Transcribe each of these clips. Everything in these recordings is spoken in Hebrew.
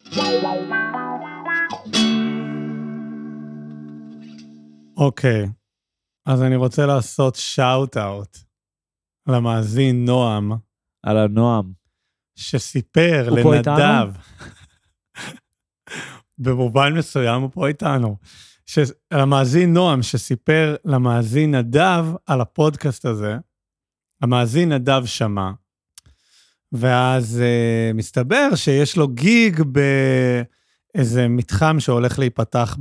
אוקיי, אז אני רוצה לעשות שאוט-אוט למאזין נועם. על הנועם. שסיפר לנדב. במובן מסוים הוא פה איתנו. המאזין נועם שסיפר למאזין נדב על הפודקאסט הזה. המאזין נדב שמע. ואז מסתבר שיש לו גיג באיזה מתחם שהולך להיפתח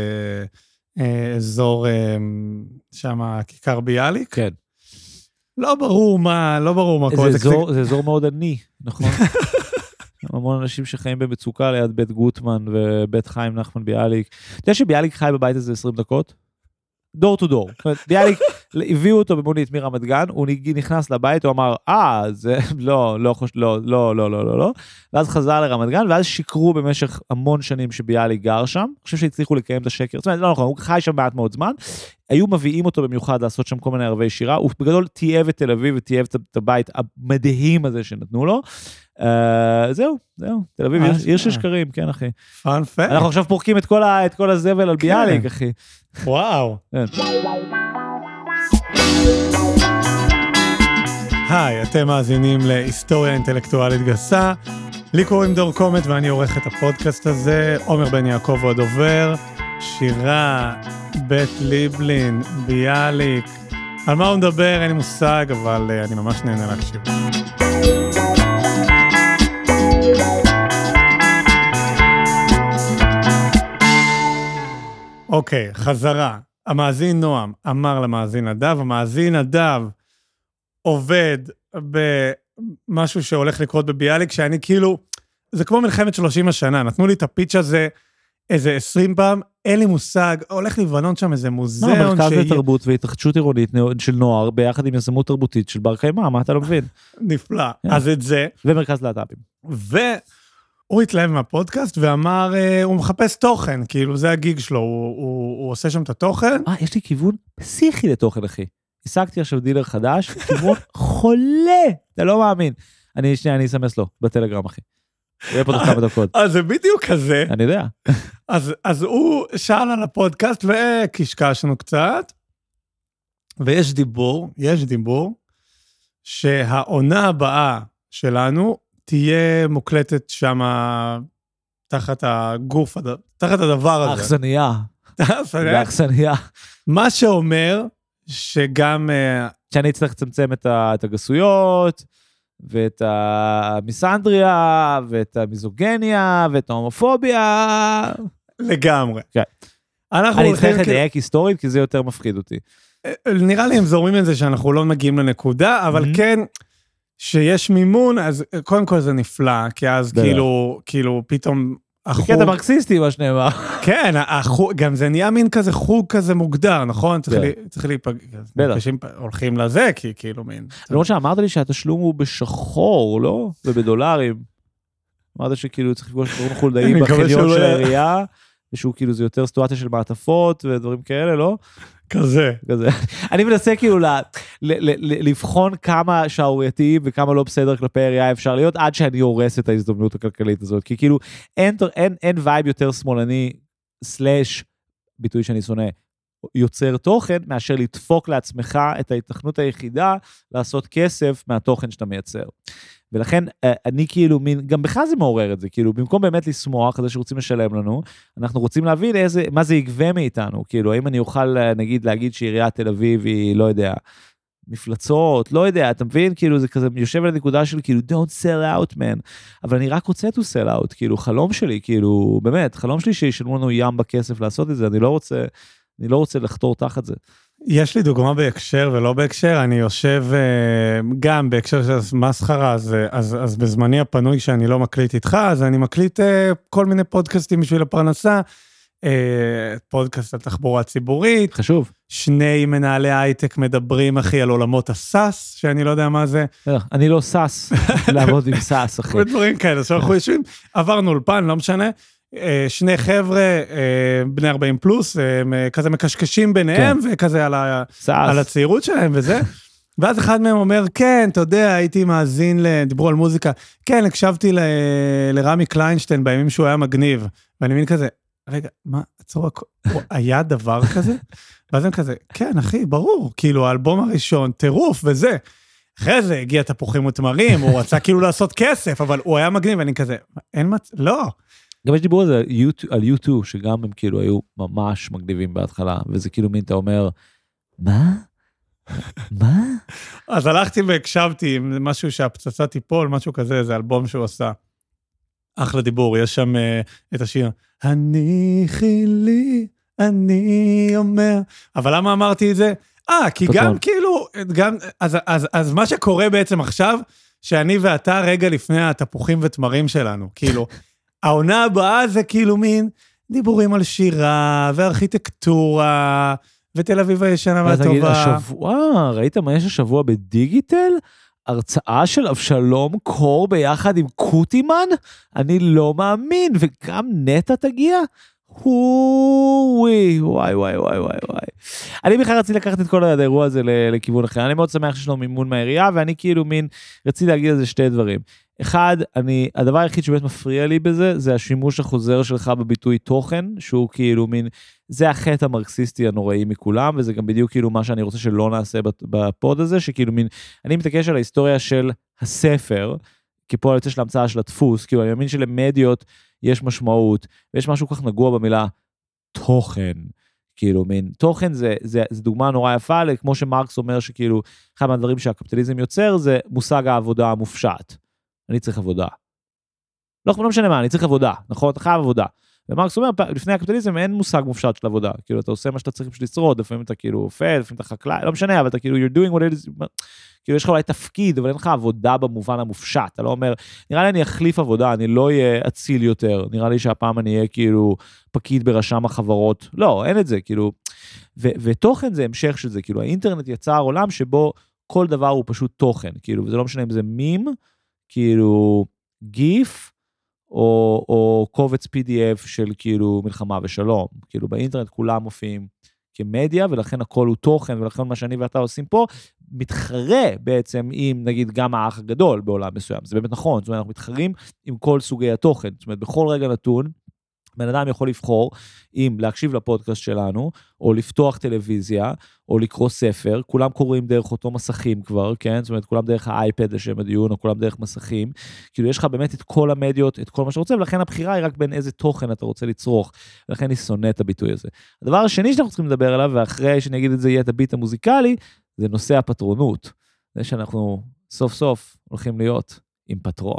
באזור שם כיכר ביאליק. כן. לא ברור מה קורה. זה אזור מאוד עני, נכון? המון אנשים שחיים במצוקה ליד בית גוטמן ובית חיים נחמן ביאליק. אתה יודע שביאליק חי בבית הזה 20 דקות? דור טו דור. ביאליק, הביאו אותו במונית מרמת גן, הוא נכנס לבית, הוא אמר, זה לא, ואז חזר לרמת גן, ואז שיקרו במשך המון שנים שביאליק גר שם, אני חושב שהצליחו לקיים את השקר, זאת אומרת, לא נכון, הוא חי שם מעט מאוד זמן, היו מביאים אותו במיוחד לעשות שם כל מיני ערבי שירה, הוא בגדול תייב את תל אביב ותייב את הבית המדהים הזה שנתנו לו, זהו, תל אביב, עיר של שקרים, כן אחי. פאנ פאקט. אנחנו עכשיו פורקים את כל הזבל על ביאליק, אחי. וואו. היי, אתם מאזינים להיסטוריה אינטלקטואלית גסה, לי קוראים דור קומט ואני עורך את הפודקאסט הזה, עומר בן יעקב הוא הדובר, שירה, בית ליבלין, ביאליק, על מה הוא מדבר אין לי מושג, אבל אני ממש נהנה להקשיב. אוקיי, חזרה. המאזין נועם אמר למאזין נדב, המאזין נדב עובד במשהו שהולך לקרות בביאליק, שאני כאילו, זה כמו מלחמת 30 השנה, נתנו לי את הפיץ' הזה איזה 20 פעם, אין לי מושג, הולך לבנון שם איזה מוזיאון. מרכז לתרבות והתרחשות עירונית של נוער, ביחד עם יזמות תרבותית של בר קיימא, מה אתה לא מבין? נפלא, אז את זה. ומרכז להט"בים. הוא התלהב מהפודקאסט ואמר, הוא מחפש תוכן, כאילו זה הגיג שלו, הוא עושה שם את התוכן. יש לי כיוון פסיכי לתוכן, אחי. השגתי עכשיו דילר חדש, כיוון חולה, אתה לא מאמין. אני אסמס לו בטלגרם, אחי. יהיה פה תוך כמה דקות. אז זה בדיוק כזה. אני יודע. אז הוא שאל על הפודקאסט וקשקשנו קצת, ויש דיבור, שהעונה הבאה שלנו תהיה מוקלטת שם תחת הגוף, תחת הדבר הזה. האכסניה. מה שאומר שגם... שאני צריך לצמצם את הגסויות, ואת המיסנדריה, ואת המיזוגניה, ואת ההומופוביה. לגמרי. כן. אני צריך לדייק היסטורית, כי זה יותר מפחיד אותי. נראה לי הם זורמים את זה שאנחנו לא מגיעים לנקודה, אבל כן, שיש מימון, אז קודם כל זה נפלא, כי אז כאילו פתאום... קטע מרקסיסטי, מה שנאמר. כן, גם זה נהיה מין כזה חוג כזה מוגדר, נכון? צריך להיפגש, הולכים לזה, כי כאילו מין... למרות שאמרת לי שהתשלום הוא בשחור, לא? ובדולרים. אמרת שכאילו צריך לפגוש דברים חולדאים בחניון של העירייה, ושהוא כאילו זה יותר סיטואציה של מעטפות ודברים כאלה, לא? כזה. אני מנסה כאילו לבחון כמה שערורייתיים וכמה לא בסדר כלפי העירייה אפשר להיות, עד שאני הורס את ההזדמנות הכלכלית הזאת, כי כאילו אין וייב יותר שמאלני, סלש, ביטוי שאני שונא, יוצר תוכן, מאשר לדפוק לעצמך את ההתכנות היחידה, לעשות כסף מהתוכן שאתה מייצר. ולכן אני כאילו, גם בך זה מעורר את זה, כאילו במקום באמת לשמוח, זה שרוצים לשלם לנו, אנחנו רוצים להבין מה זה יגבה מאיתנו, כאילו האם אני אוכל נגיד להגיד שעיריית תל אביב היא, לא יודע, מפלצות, לא יודע, אתה מבין, כאילו זה כזה יושב על הנקודה של כאילו don't sell out man, אבל אני רק רוצה to sell out, כאילו חלום שלי, כאילו באמת, חלום שלי שישלמו לנו ים בכסף לעשות את זה, אני לא רוצה לחתור תחת זה. יש לי דוגמה בהקשר ולא בהקשר, אני יושב גם בהקשר של מסחרה, אז בזמני הפנוי שאני לא מקליט איתך, אז אני מקליט כל מיני פודקאסטים בשביל הפרנסה, פודקאסט על תחבורה ציבורית. חשוב. 2 מנהלי הייטק מדברים, אחי, על עולמות הסאס, שאני לא יודע מה זה. אני לא סאס, לעבוד עם סאס, אחי. דברים כאלה, שאנחנו יושבים, עברנו אולפן, לא משנה, 2 חבר'ה, בני 40 פלוס, כזה מקשקשים ביניהם, וכזה על הצעירות שלהם וזה, ואז אחד מהם אומר, כן, אתה יודע, הייתי מאזין, דיברו על מוזיקה, כן, הקשבתי לרמי קליינשטיין בימים שהוא היה מגניב, ואני מבין כזה, רגע, מה, עצור, היה דבר כזה? ואז הם כזה, כן, אחי, ברור, כאילו, האלבום הראשון, טירוף וזה. אחרי זה הגיע תפוחים ותמרים, הוא רצה כאילו לעשות כסף, אבל הוא היה מגניב, ואני כזה, אין לא. גם יש דיבור על U2, שגם הם כאילו היו ממש מגניבים בהתחלה, וזה כאילו מין, אתה אומר, מה? מה? אז הלכתי והקשבתי עם משהו שהפצצה תיפול, משהו כזה, זה אלבום שהוא עשה. אחלה דיבור, יש שם את השיר, הניחי לי, אני אומר, אבל למה אמרתי את זה? כי גם כאילו, אז מה שקורה בעצם עכשיו, שאני ואתה רגע לפני התפוחים ותמרים שלנו, כאילו, העונה הבאה זה כאילו מין דיבורים על שירה וארכיטקטורה, ותל אביב הישנה והטובה. ראית מה יש השבוע בדיגיטל? הרצאה של אבשלום קור ביחד עם קוטימן? אני לא מאמין, וגם נטה תגיע? וואי. אני בכלל רציתי לקחת את כל האירוע הזה לכיוון אחר, אני מאוד שמח שיש לו מימון מהעירייה, ואני כאילו רציתי להגיד על זה שתי דברים. אחד, הדבר היחיד שבאמת מפריע לי בזה, זה השימוש החוזר שלך בביטוי תוכן, שהוא כאילו זה החטא המרקסיסטי הנוראי מכולם, וזה גם בדיוק כאילו מה שאני רוצה שלא נעשה בפוד הזה, שכאילו אני מתעקש על ההיסטוריה של הספר, כפועל יוצא של ההמצאה של הדפוס, כאילו אני מאמין שלמדיות יש משמעות, ויש משהו כך נגוע במילה תוכן, כאילו תוכן זה דוגמה נורא יפה, כמו שמרקס אומר שכאילו, אחד מהדברים שהקפיטליזם יוצר, זה מושג העבודה המופשט. אני צריך עבודה. לא משנה מה, אני צריך עבודה, נכון? אתה חייב עבודה. ומרקס אומר, לפני הקפיטליזם אין מושג מופשט של עבודה, כאילו אתה עושה מה שאתה צריך בשביל לשרוד, לפעמים אתה כאילו אופל, לפעמים אתה חקלאי, לא משנה, אבל אתה כאילו, you're doing what it is, כאילו יש לך אולי תפקיד, אבל אין לך עבודה במובן המופשט, אתה לא אומר, נראה לי אני אחליף עבודה, אני לא אהיה אציל יותר, נראה לי שהפעם אני אהיה כאילו פקיד ברשם החברות, לא, אין את זה, כאילו, ותוכן זה המשך של זה, כאילו האינטרנט יצר עולם שבו כל דבר הוא פשוט תוכן, כאילו, וזה לא משנה אם זה מים, כאילו גיף, או קובץ PDF של כאילו מלחמה ושלום, כאילו באינטרנט כולם מופיעים כמדיה, ולכן הכל הוא תוכן, ולכן מה שאני ואתה עושים פה, מתחרה בעצם עם נגיד גם האח הגדול בעולם מסוים, זה באמת נכון, זאת אומרת אנחנו מתחרים עם כל סוגי התוכן, זאת אומרת בכל רגע נתון, בן אדם יכול לבחור אם להקשיב לפודקאסט שלנו, או לפתוח טלוויזיה, או לקרוא ספר, כולם קוראים דרך אותו מסכים כבר, כן? זאת אומרת, כולם דרך האייפד לשם הדיון, או כולם דרך מסכים, כאילו יש לך באמת את כל המדיות, את כל מה שאתה רוצה, ולכן הבחירה היא רק בין איזה תוכן אתה רוצה לצרוך, ולכן אני שונא את הביטוי הזה. הדבר השני שאנחנו צריכים לדבר עליו, ואחרי שאני אגיד את זה יהיה את הביט המוזיקלי, זה נושא הפטרונות. זה שאנחנו סוף סוף הולכים להיות עם פטרון.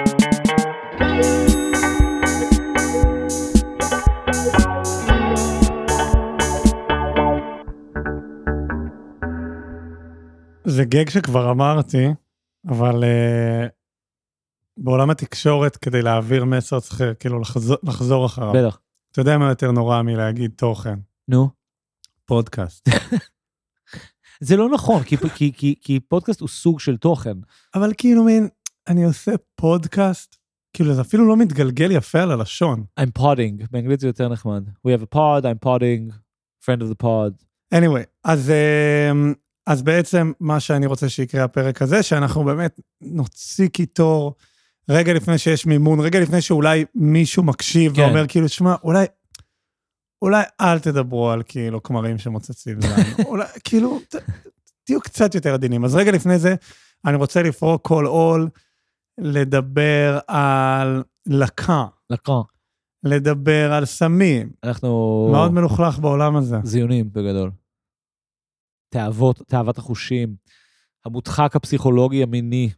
זה גג שכבר אמרתי, אבל בעולם התקשורת, כדי להעביר מסר, צריך כאילו לחזור אחריו. בטח. אתה יודע מה יותר נורא מלהגיד תוכן? נו. פודקאסט. זה לא נכון, כי פודקאסט הוא סוג של תוכן. אבל כאילו אני עושה פודקאסט, כאילו זה אפילו לא מתגלגל יפה על הלשון. I'm podding, באנגלית זה יותר נחמד. We have a pod, I'm podding, friend of the pod. anyway, אז בעצם מה שאני רוצה שיקרה הפרק הזה, שאנחנו באמת נוציא קיטור רגע לפני שיש מימון, רגע לפני שאולי מישהו מקשיב כן. ואומר כאילו, שמע, אולי אל תדברו על כאילו כמרים שמוצצים לנו, אולי כאילו, תהיו קצת יותר עדינים. אז רגע לפני זה, אני רוצה לפרוק כל עול, לדבר על לקה. לדבר על סמים. אנחנו... מאוד מלוכלך בעולם הזה. זיונים בגדול. תאוות החושים, המודחק הפסיכולוגי המיני.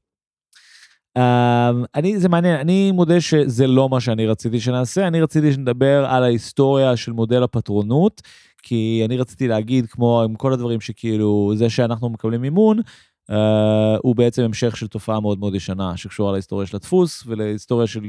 זה מעניין, אני מודה שזה לא מה שאני רציתי שנעשה, אני רציתי שנדבר על ההיסטוריה של מודל הפטרונות, כי אני רציתי להגיד, כמו עם כל הדברים שכאילו, זה שאנחנו מקבלים מימון, הוא בעצם המשך של תופעה מאוד מאוד ישנה, שקשורה להיסטוריה של הדפוס, ולהיסטוריה של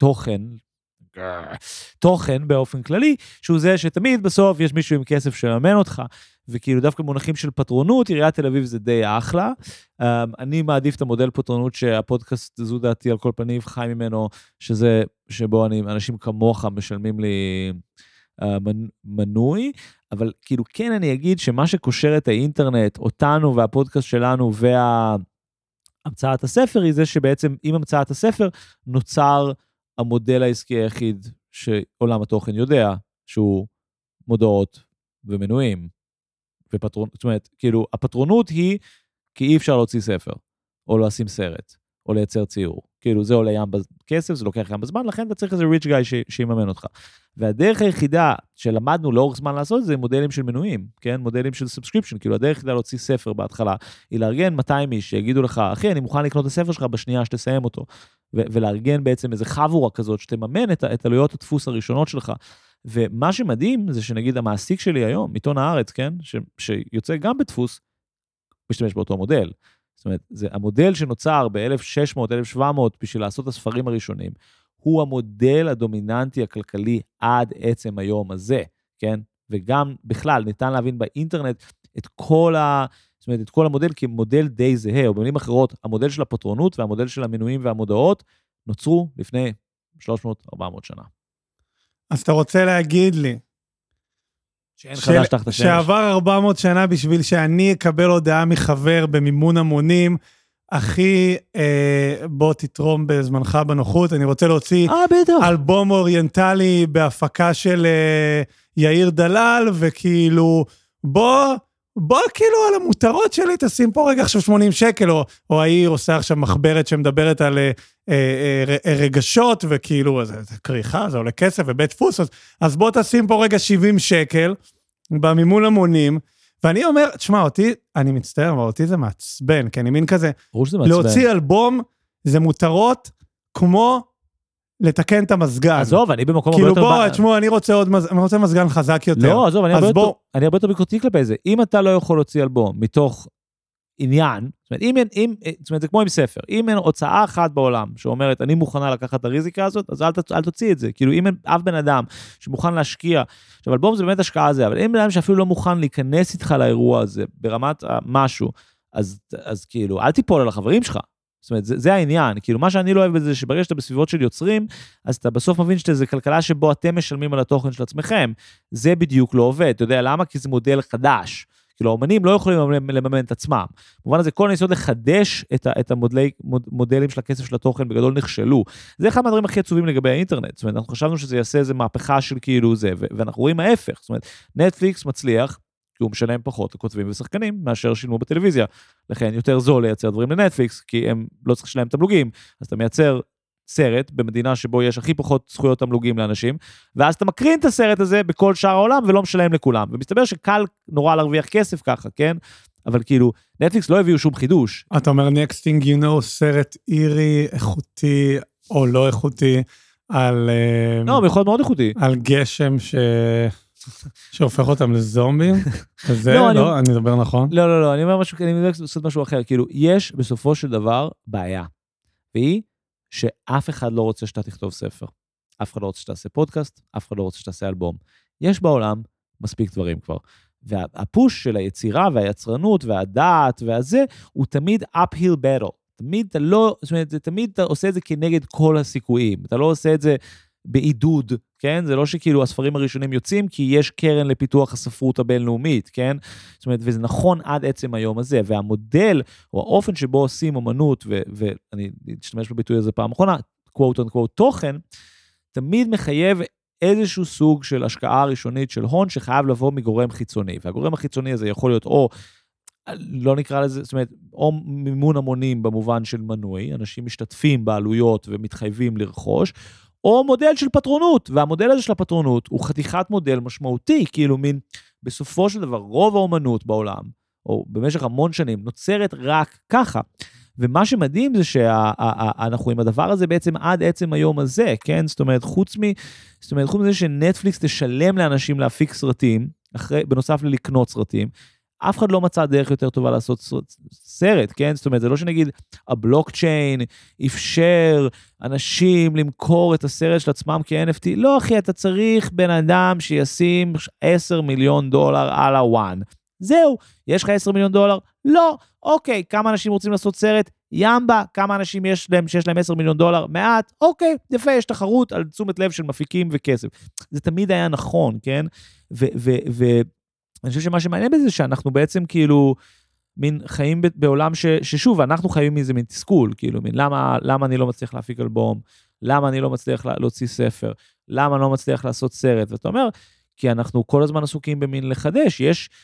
תוכן באופן כללי, שהוא זה שתמיד בסוף יש מישהו עם כסף שממן אותך, וכאילו דווקא מונחים של פטרונות, עיריית תל אביב זה די אחלה, אני מעדיף את המודל פטרונות שהפודקאסט זו דעתי על כל פנים חי ממנו, שבו אנשים כמוך משלמים לי מנוי, אבל כאילו כן אני אגיד שמה שקושר את האינטרנט, אותנו והפודקאסט שלנו והמצאת הספר, היא זה שבעצם עם המצאת הספר נוצר המודל העסקי היחיד שעולם התוכן יודע, שהוא מודעות ומנויים ופטרונות, זאת אומרת, כאילו הפטרונות היא כי אי אפשר להוציא ספר, או לשים סרט, או לייצר ציור. כאילו זה עולה ים בכסף, זה לוקח ים בזמן, לכן אתה צריך איזה ריץ' גאי שיממן אותך. והדרך היחידה שלמדנו לאורך זמן לעשות זה מודלים של מנויים, כן? מודלים של סאבסקריפשן, כאילו הדרך היחידה להוציא ספר בהתחלה, היא לארגן 200 איש שיגידו לך, אחי, אני מוכן לקנות את הספר שלך בשנייה שתסיים אותו, ולארגן בעצם איזה חבורה כזאת שתממן את עלויות הדפוס הראשונות שלך. ומה שמדהים זה שנגיד המעסיק שלי היום, עיתון הארץ, כן? שיוצא גם בדפוס, משתמש באותו מודל. זאת אומרת, זה המודל שנוצר ב-1600, 1700 בשביל לעשות את הספרים הראשונים, הוא המודל הדומיננטי הכלכלי עד עצם היום הזה, כן? וגם בכלל ניתן להבין באינטרנט את כל זאת אומרת, את כל המודל כמודל די זהה, או במילים אחרות, המודל של הפטרונות והמודל של המנויים והמודעות נוצרו לפני 300-400 שנה. אז אתה רוצה להגיד לי, שאין חדש תחת השמש. שעבר 400 שנה בשביל שאני אקבל הודעה מחבר במימון המונים, אחי, בוא תתרום בזמנך בנוחות, אני רוצה להוציא אלבום אוריינטלי בהפקה של יאיר דלל, וכאילו, בוא כאילו על המותרות שלי, תשים פה רגע עכשיו 80 שקל, או העיר עושה עכשיו מחברת שמדברת על רגשות, וכאילו, זה קריחה, זה עולה כסף ובית דפוס, אז בוא תשים פה רגע 70 שקל, במימון המונים, ואני אומר, תשמע, אותי, אני מצטער, אבל אותי זה מעצבן, כי אני מין כזה, להוציא אלבום, זה מותרות, כמו לתקן את המזגן. עזוב, אני במקום הרבה כאילו יותר... בוא, תשמעו, אני רוצה מזגן חזק יותר. לא, עזוב, אני הרבה יותר ביקורתי כלפי זה. אם אתה לא יכול להוציא אלבום מתוך עניין, זאת אומרת, זה כמו עם ספר, אם אין הוצאה אחת בעולם שאומרת, אני מוכנה לקחת את הריזיקה הזאת, אז אל תוציא את זה. כאילו, אם אין אף בן אדם שמוכן להשקיע, עכשיו, אלבום זה באמת השקעה הזה, אבל אם בן אדם שאפילו לא מוכן להיכנס איתך לאירוע הזה, ברמת משהו, אז כאילו, אל תיפול על החברים שלך. זאת אומרת, זה העניין, כאילו מה שאני לא אוהב בזה, שברגע שאתה בסביבות של יוצרים, אז אתה בסוף מבין שזה כלכלה שבו אתם משלמים על התוכן של עצמכם, זה בדיוק לא עובד, אתה יודע למה? כי זה מודל חדש, כאילו האמנים לא יכולים לממן את עצמם, במובן הזה כל הניסיון לחדש את המודלים של הכסף של התוכן בגדול נכשלו, זה אחד מהדברים הכי עצובים לגבי האינטרנט, זאת אומרת, אנחנו חשבנו שזה יעשה איזה מהפכה של כאילו זה, ואנחנו רואים ההפך, זאת אומרת, נטפליקס מצליח, כי הוא משלם פחות לכותבים ושחקנים מאשר שילמו בטלוויזיה. לכן יותר זול לייצר דברים לנטפליקס, כי הם לא צריך לשלם תמלוגים, אז אתה מייצר סרט במדינה שבו יש הכי פחות זכויות תמלוגים לאנשים, ואז אתה מקרין את הסרט הזה בכל שאר העולם ולא משלם לכולם. ומסתבר שקל נורא להרוויח כסף ככה, כן? אבל כאילו, נטפליקס לא הביאו שום חידוש. אתה אומר, next thing you know, סרט אירי, איכותי או לא איכותי, על... לא, יכול להיות מאוד איכותי. על גשם שהופך אותם לזומבים, וזה, לא, אני מדבר נכון. לא, אני אומר משהו, אני מדבר לעשות משהו אחר, כאילו, יש בסופו של דבר בעיה, והיא שאף אחד לא רוצה שאתה תכתוב ספר, אף אחד לא רוצה שתעשה פודקאסט, אף אחד לא רוצה שתעשה אלבום. יש בעולם מספיק דברים כבר, והפוש של היצירה והיצרנות והדעת והזה, הוא תמיד uphill battle, תמיד אתה לא, זאת אומרת, תמיד אתה עושה את זה כנגד כל הסיכויים, אתה לא עושה את זה בעידוד, כן? זה לא שכאילו הספרים הראשונים יוצאים, כי יש קרן לפיתוח הספרות הבינלאומית, כן? זאת אומרת, וזה נכון עד עצם היום הזה, והמודל, או האופן שבו עושים אומנות, ואני אשתמש בביטוי הזה פעם אחרונה, quote unquote תוכן, תמיד מחייב איזשהו סוג של השקעה ראשונית של הון, שחייב לבוא מגורם חיצוני, והגורם החיצוני הזה יכול להיות או, לא נקרא לזה, זאת אומרת, או מימון המונים במובן של מנוי, אנשים משתתפים בעלויות ומתחייבים לרכוש, או מודל של פטרונות, והמודל הזה של הפטרונות הוא חתיכת מודל משמעותי, כאילו מין, בסופו של דבר, רוב האומנות בעולם, או במשך המון שנים, נוצרת רק ככה, ומה שמדהים זה שאנחנו עם הדבר הזה בעצם עד עצם היום הזה, כן? זאת אומרת, חוץ מזה שנטפליקס תשלם לאנשים להפיק סרטים, בנוסף ללקנות סרטים, אף אחד לא מצא דרך יותר טובה לעשות סרט, כן? זאת אומרת, זה לא שנגיד, הבלוקצ'יין אפשר אנשים למכור את הסרט של עצמם כ-NFT, לא אחי, אתה צריך בן אדם שישים $10 מיליון על הוואן. זהו, יש לך $10 מיליון? לא. אוקיי, כמה אנשים רוצים לעשות סרט? ימבה, כמה אנשים יש להם שיש להם $10 מיליון? מעט. אוקיי, יפה, יש תחרות על תשומת לב של מפיקים וכסף. זה תמיד היה נכון, כן? אני חושב שמה שמעניין בזה, שאנחנו בעצם כאילו, מין חיים בעולם ששוב, אנחנו חיים מזה מין תסכול, כאילו, מין למה אני לא מצליח להפיק אלבום, למה אני לא מצליח להוציא ספר, למה אני לא מצליח לעשות סרט, ואתה אומר, כי אנחנו כל הזמן עסוקים במין לחדש,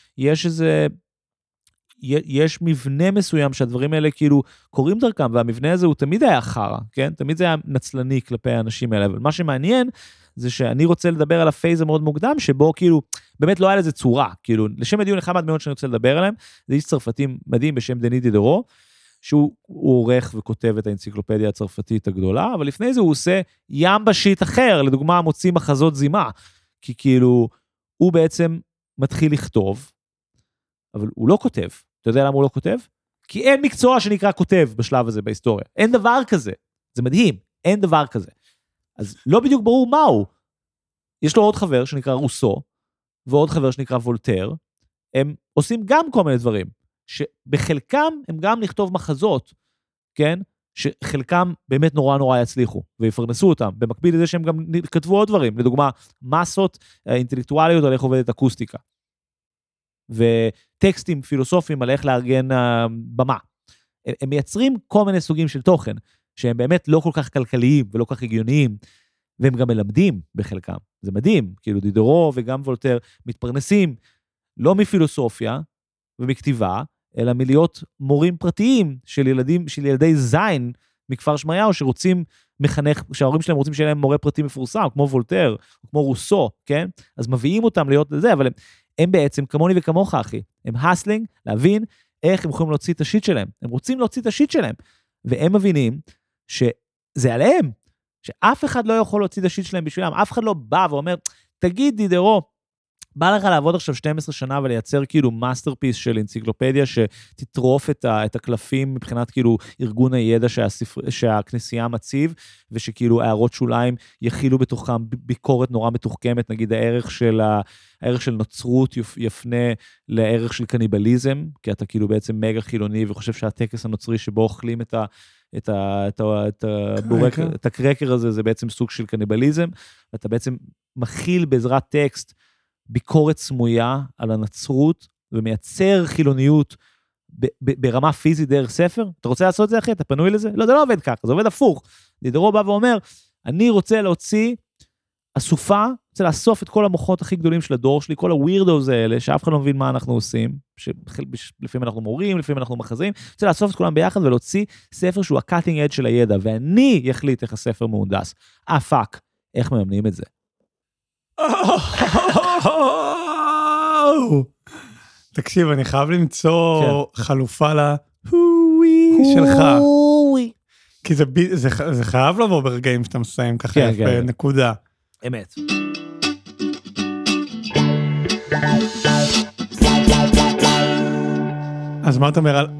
יש מבנה מסוים שהדברים האלה כאילו קוראים דרכם, והמבנה הזה הוא תמיד היה חרה, כן? תמיד זה היה נצלני כלפי האנשים האלה, אבל מה שמעניין זה שאני רוצה לדבר על הפייז המאוד מוקדם, שבו כאילו באמת לא היה לזה צורה, כאילו לשם הדיון אחד מהדמיות שאני רוצה לדבר עליהם, זה איש צרפתי מדהים בשם דני דידרו, שהוא עורך וכותב את האנציקלופדיה הצרפתית הגדולה, אבל לפני זה הוא עושה ים בשיט אחר, לדוגמה מוציא מחזות זימה, כי כאילו הוא בעצם מתחיל לכתוב, אבל הוא לא כותב. אתה יודע למה הוא לא כותב? כי אין מקצוע שנקרא כותב בשלב הזה בהיסטוריה. אין דבר כזה. זה מדהים. אין דבר כזה. אז לא בדיוק ברור מהו. יש לו עוד חבר שנקרא רוסו, ועוד חבר שנקרא וולטר. הם עושים גם כל מיני דברים, שבחלקם הם גם לכתוב מחזות, כן? שחלקם באמת נורא נורא יצליחו, ויפרנסו אותם. במקביל לזה שהם גם כתבו עוד דברים. לדוגמה, מסות אינטלקטואליות על איך עובדת אקוסטיקה. וטקסטים פילוסופיים על איך לארגן במה. הם מייצרים כל מיני סוגים של תוכן, שהם באמת לא כל כך כלכליים ולא כל כך הגיוניים, והם גם מלמדים בחלקם. זה מדהים, כאילו דידרו וגם וולטר מתפרנסים לא מפילוסופיה ומכתיבה, אלא מלהיות מורים פרטיים של ילדי זין מכפר שמריהו, שרוצים מחנך, שההורים שלהם רוצים שיהיה להם מורה פרטי מפורסם, כמו וולטר, או כמו רוסו, כן? אז מביאים אותם להיות לזה, אבל הם בעצם, כמוני וכמוך, אחי, הם הסלינג, להבין איך הם יכולים להוציא את השיט שלהם. הם רוצים להוציא את השיט שלהם, והם מבינים שזה עליהם, שאף אחד לא יכול להוציא את השיט שלהם בשבילם, אף אחד לא בא ואומר, תגיד דידרו, בא לך לעבוד עכשיו 12 שנה ולייצר כאילו מאסטרפיס של אנציקלופדיה שתטרוף את הקלפים מבחינת כאילו ארגון הידע שהכנסייה מציב, ושכאילו הערות שוליים יכילו בתוכם ביקורת נורא מתוחכמת, נגיד הערך של נוצרות יפנה לערך של קניבליזם, כי אתה כאילו בעצם מגה חילוני וחושב שהטקס הנוצרי שבו אוכלים את הקרקר הזה, זה בעצם סוג של קניבליזם, ואתה בעצם מכיל בעזרת טקסט ביקורת סמויה על הנצרות, ומייצר חילוניות ברמה פיזית דרך ספר. אתה רוצה לעשות את זה, אחי? אתה פנוי לזה? לא, זה לא עובד ככה, זה עובד הפוך. דידרו בא ואומר, אני רוצה להוציא אסופה, רוצה לאסוף את כל המוחות הכי גדולים של הדור שלי, כל הווירדוז האלה, שאף אחד לא מבין מה אנחנו עושים, לפעמים אנחנו מורים, לפעמים אנחנו מחזרים, רוצה לאסוף את כולם ביחד ולהוציא ספר שהוא הקאטינג אדג' של הידע, ואני יחליט איך הספר מהונדס. פאק, איך מממנים את זה? תקשיב, אני חייב למצוא חלופה להווי שלך. כי זה חייב לבוא ברגעים שאתה מסיים ככה נקודה. אמת. אז מה אתה אומר על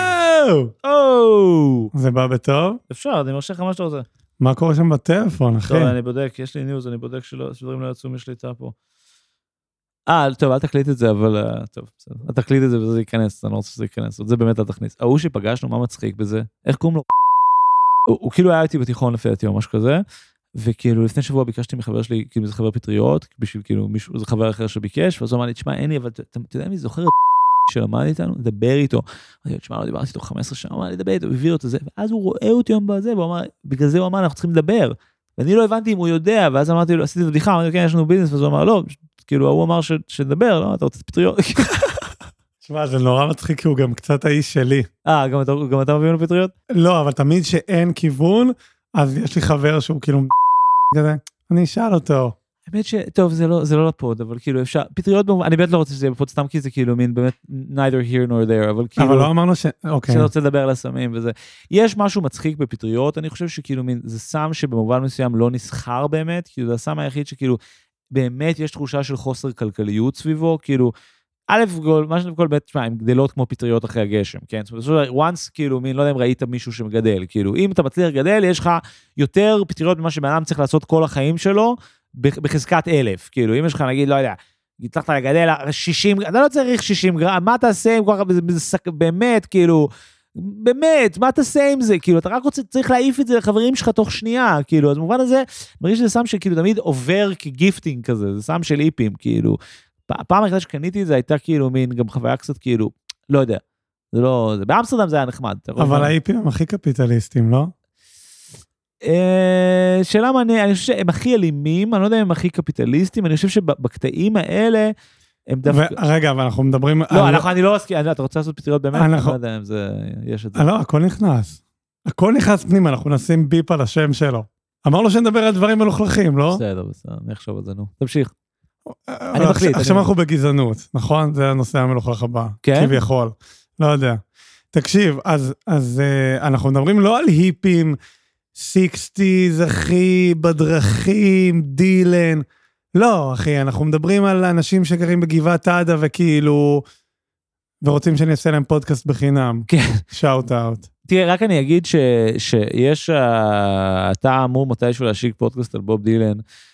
זה בא בטוב? אפשר, אני מרשה לך מה שאתה רוצה. מה קורה שם בטלפון, אחי? טוב, אני בודק, יש לי ניוז, אני בודק שדברים לא יצאו משליטה פה. טוב, אל תקליט את זה, אבל טוב, בסדר. אל תקליט את זה וזה ייכנס, אני לא רוצה שזה ייכנס, זה באמת אל תכניס. ההוא שפגשנו, מה מצחיק בזה? איך קוראים לו? הוא כאילו היה איתי בתיכון לפי דעתי או משהו כזה, וכאילו לפני שבוע ביקשתי מחבר שלי, כאילו זה חבר פטריות, בשביל כאילו מישהו, זה חבר אחר שביקש, ואז הוא אמר לי, תשמע, אין לי, אבל אתה יודע מי זוכר שלמד איתנו? דבר איתו. אמרתי, תשמע, לא דיברתי איתו 15 שנה, אמר לי, דבר איתו, הביא אותו זה, ואז הוא רואה אותי היום בזה, והוא אמר, בגלל זה הוא אמר, אנחנו צריכים לדבר. ואני לא הבנתי אם הוא יודע, ואז אמרתי לו, עשיתי בדיחה, אמרתי, כן, יש לנו ביזנס, ואז הוא אמר, לא, כאילו, הוא אמר שדבר, לא, אתה רוצה פטריות. תשמע, זה נורא מצחיק, כי הוא גם קצת האיש שלי. גם אתה מביא לנו פטריות? לא, אבל תמיד שאין כיוון, אז יש לי חבר שהוא כאילו כזה, אני אשאל אותו. האמת טוב, זה לא לפוד, אבל כאילו אפשר, פטריות, אני באמת לא רוצה שזה יהיה בפוד סתם, כי זה כאילו מין באמת neither here nor there, אבל כאילו... אבל לא אמרנו אוקיי. שאני רוצה לדבר על הסמים וזה. יש משהו מצחיק בפטריות, אני חושב שכאילו מין, זה סם שבמובן מסוים לא נסחר באמת, כאילו זה הסם היחיד שכאילו, באמת יש תחושה של חוסר כלכליות סביבו, כאילו, מה שאני כל בית, תשמע, הם גדלות כמו פטריות אחרי הגשם, כן? זאת אומרת, once, כאילו, מין, לא יודע אם ראית מישהו שמגדל, כאילו, אם אתה מצליח לגדל, יש לך יותר פטריות ממה שבאדם צריך לעשות כל החיים שלו, בחזקת 1,000, כאילו, אם יש לך, נגיד, לא יודע, הצלחת לגדל 60, אתה לא צריך 60 גרם, מה תעשה עם כל כך, באמת, כאילו, באמת, מה תעשה עם זה? כאילו, אתה רק צריך להעיף את זה לחברים שלך תוך שנייה, כאילו, אז במובן הזה, מרגיש שזה סם שכאילו תמיד עובר כגיפטינג כזה, זה סם של איפים, כאילו, הפעם היחידה שקניתי את זה הייתה כאילו מין גם חוויה קצת כאילו, לא יודע, זה לא, באמסטרדם זה היה נחמד. אבל האיפים הם הכי קפיטליסטים, לא? שאלה מעניינת, אני חושב שהם הכי אלימים, אני לא יודע אם הם הכי קפיטליסטים, אני חושב שבקטעים האלה, הם דווקא... רגע, אבל אנחנו מדברים... לא, אני לא מסכים, אתה רוצה לעשות פטריות באמת? אני לא יודע אם זה, יש את זה. לא, הכל נכנס. הכל נכנס פנימה, אנחנו נשים ביפ על השם שלו. אמרנו שנדבר על דברים מלוכלכים, לא? בסדר, אני אחשוב על זה, נו. תמשיך. אני מחליט. עכשיו אנחנו בגזענות, נכון? זה הנושא המלוכלך הבא. כן? כביכול. לא יודע. תקשיב, אז אנחנו מדברים לא על היפים, 60s, אחי, בדרכים, דילן. לא, אחי, אנחנו מדברים על אנשים שגרים בגבעת עדה וכאילו, ורוצים שאני אעשה להם פודקאסט בחינם. כן. שאוט אאוט. תראה, רק אני אגיד שיש, אתה אמור מתישהו להשיק פודקאסט על בוב דילן,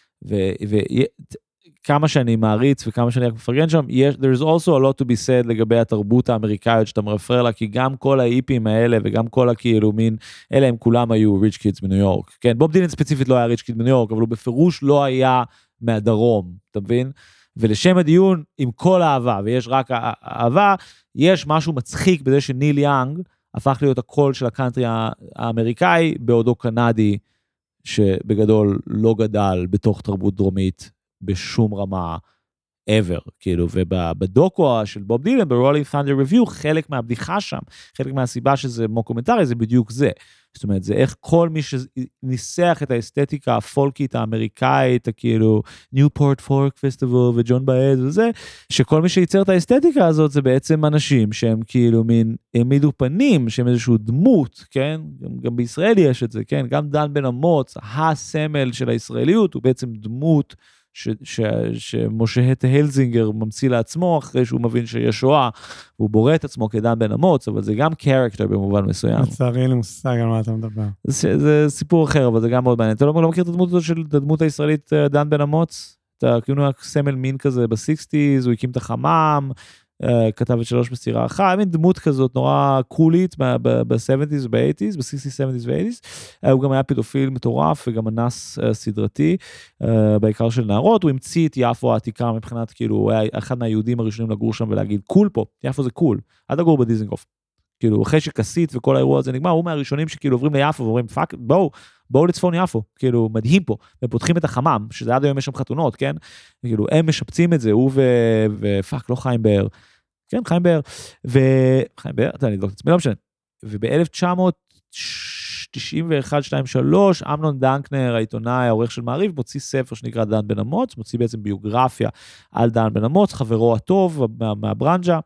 וכמה שאני מעריץ וכמה שאני מפרגן שם, there's also a lot to be said לגבי התרבות האמריקאית שאתה מרפר לה, כי גם כל האיפים האלה וגם כל הכאילו מין, אלה הם כולם היו ריץ' קידס בניו יורק. כן, בוב דילן ספציפית לא היה ריץ' קידס בניו יורק, אבל הוא בפירוש לא היה מהדרום, אתה מבין? ולשם הדיון, עם כל האהבה, ויש רק האהבה, יש משהו מצחיק בזה שניל יאנג, הפך להיות הקול של הקאנטרי האמריקאי, בעודו קנדי, שבגדול לא גדל בתוך תרבות דרומית, בשום רמה, ever, כאילו, ובדוקו של בוב דילן, ב-Rolling Thunder Review, חלק מהבדיחה שם, חלק מהסיבה שזה מוקומנטרי, זה בדיוק זה. זאת אומרת, זה איך כל מי שניסח את האסתטיקה הפולקית האמריקאית, כאילו, Newport Folk Festival וג'ון באד וזה, שכל מי שייצר את האסתטיקה הזאת, זה בעצם אנשים שהם כאילו מין, העמידו פנים, שהם איזשהו דמות, כן? גם בישראל יש את זה, כן? גם דן בן אמוץ, הסמל של הישראליות, הוא בעצם דמות, שמשה הלזינגר ממציא לעצמו אחרי שהוא מבין שיש שואה, הוא בורא את עצמו כדן בן אמוץ, אבל זה גם קרקטר במובן מסוים. לצערי אין לי מושג על מה אתה מדבר. זה סיפור אחר, אבל זה גם מאוד מעניין. אתה לא מכיר את הדמות הזאת של הדמות הישראלית דן בן אמוץ? אתה כאילו סמל מין כזה ב-60s, הוא הקים את החמם, כתב את 3 בסירה אחת, מין דמות כזאת נורא קולית ב-70s וב-80s, ב-60s, 70s ו-80s, הוא גם היה פדופיל מטורף וגם אנס סדרתי, בעיקר של נערות, הוא המציא את יפו העתיקה מבחינת, כאילו, הוא היה אחד מהיהודים הראשונים לגור שם ולהגיד, קול פה, יפו זה קול, עד לגור בדיזנגוף. כאילו, אחרי שכסית וכל האירוע הזה נגמר, הוא מהראשונים שכאילו עוברים ליפו ואומרים, פאק, בואו לצפון יפו, כאילו, מדהים פה, הם פותחים את החמם, שזה עד היום יש שם חתונות, כן? כאילו, הם משפצים את זה, הוא ופאק, לא חיים באר, כן, חיים באר, חיים באר, אני אדלוק את עצמי, לא משנה, וב-1991-23, אמנון דנקנר, העיתונאי, העורך של מעריב, מוציא ספר שנקרא דן בן אמוץ, מוציא בעצם ביוגרפיה על דן בן אמוץ, חברו הטוב מהברנג'ה,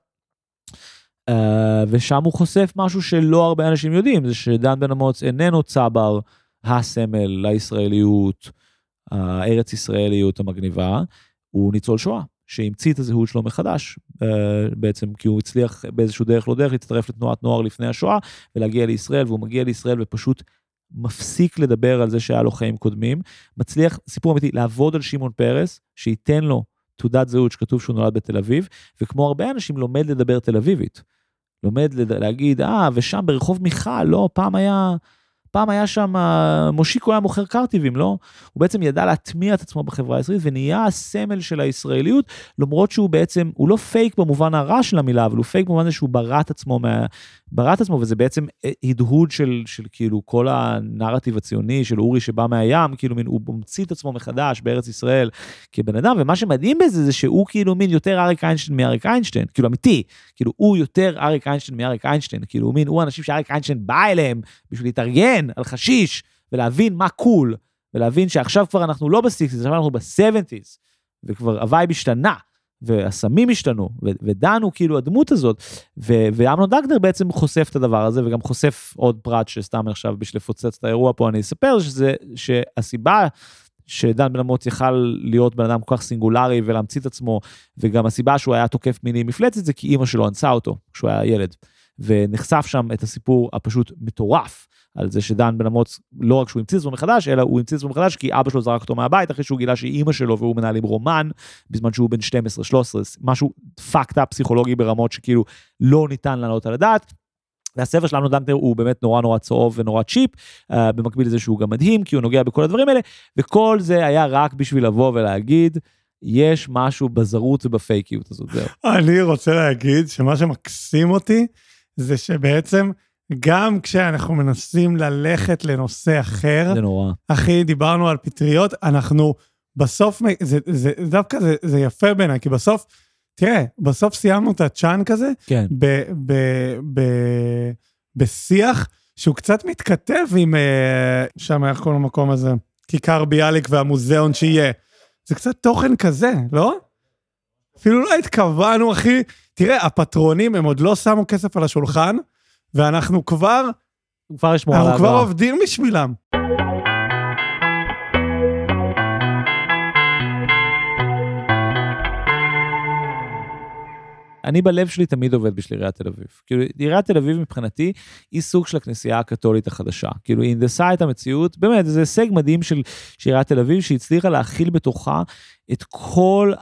ושם הוא חושף משהו שלא הרבה אנשים יודעים, זה שדן בן אמוץ איננו צבר הסמל לישראליות, הארץ ישראליות המגניבה, הוא ניצול שואה, שהמציא את הזהות שלו מחדש, בעצם כי הוא הצליח באיזשהו דרך לא דרך, להצטרף לתנועת נוער לפני השואה, ולהגיע לישראל, והוא מגיע לישראל ופשוט מפסיק לדבר על זה שהיה לו חיים קודמים, מצליח, סיפור אמיתי, לעבוד על שמעון פרס, שייתן לו תעודת זהות שכתוב שהוא נולד בתל אביב, וכמו הרבה אנשים לומד לדבר תל אביבית, לומד להגיד, ושם ברחוב מיכל, לא, פעם היה שם, מושיקו היה מוכר קרטיבים, לא? הוא בעצם ידע להטמיע את עצמו בחברה הישראלית, ונהיה הסמל של הישראליות, למרות שהוא בעצם, הוא לא פייק במובן הרע של המילה, אבל הוא פייק במובן זה שהוא בראת עצמו, וזה בעצם הדהוד של כאילו כל הנרטיב הציוני של אורי שבא מהים, כאילו מין, הוא ממציא את עצמו מחדש בארץ ישראל כבן אדם, ומה שמדהים בזה זה שהוא כאילו מין יותר אריק איינשטיין מאריק איינשטיין, כאילו אמיתי, כאילו הוא יותר אריק איינשטיין מאריק איינשטיין, כאילו מין, הוא אנשים שאריק איינשטיין בא אליהם בשביל להתארגן על חשיש, ולהבין מה קול, ולהבין שעכשיו כבר אנחנו לא ב-60s, עכשיו אנחנו ב-70s, וכבר הווייב השתנה, והסמים השתנו, ודנו כאילו הדמות הזאת, ואמנון דנקנר בעצם חושף את הדבר הזה, וגם חושף עוד פרט שסתם עכשיו בשביל לפוצץ את האירוע פה, אני אספר שהסיבה שדן בן אמוץ יכל להיות בן אדם כל כך סינגולרי ולהמציא את עצמו, וגם הסיבה שהוא היה תוקף מיני מפלצת, זה כי אמא שלו אנסה אותו כשהוא היה ילד, ונחשף שם את הסיפור הפשוט מטורף, על זה שדן בן אמוץ, לא רק שהוא המציא את עצמו מחדש, אלא הוא המציא את עצמו מחדש, כי אבא שלו זרק אותו מהבית, אחרי שהוא גילה שהיא אמא שלו, והוא מנהלים רומן, בזמן שהוא בן 12-13, משהו פאקט-אפ פסיכולוגי ברמות, שכאילו לא ניתן לעלות על הדעת. והספר שלנו דנקנר הוא באמת נורא נורא צהוב ונורא צ'יפ, במקביל לזה שהוא גם מדהים, כי הוא נוגע בכל הדברים האלה, וכל זה היה רק בשביל לבוא ולהגיד, יש משהו בזרות ובפייקיות הזאת, זהו. אני רוצה להגיד שמה שמקסים אותי, זה שבעצם גם כשאנחנו מנסים ללכת לנושא אחר, זה נורא. אחי, דיברנו על פטריות, אנחנו בסוף, דווקא זה יפה בעיניי, כי בסוף, תראה, בסוף סיימנו את הצ'אנק הזה, כן. בשיח שהוא קצת מתכתב עם, שם איך כל המקום הזה, כיכר ביאליק והמוזיאון שיהיה. זה קצת תוכן כזה, לא? אפילו לא התכוונו, אחי. תראה, הפטרונים, הם עוד לא שמו כסף על השולחן, ואנחנו כבר עובדים בשבילם. אני בלב שלי תמיד עובד בשביל עיריית תל אביב. כאילו, עיריית תל אביב מבחינתי היא סוג של הכנסייה הקתולית החדשה. כאילו, היא הנדסה את המציאות, באמת, זה הישג מדהים של עיריית תל אביב, שהצליחה להכיל בתוכה את כל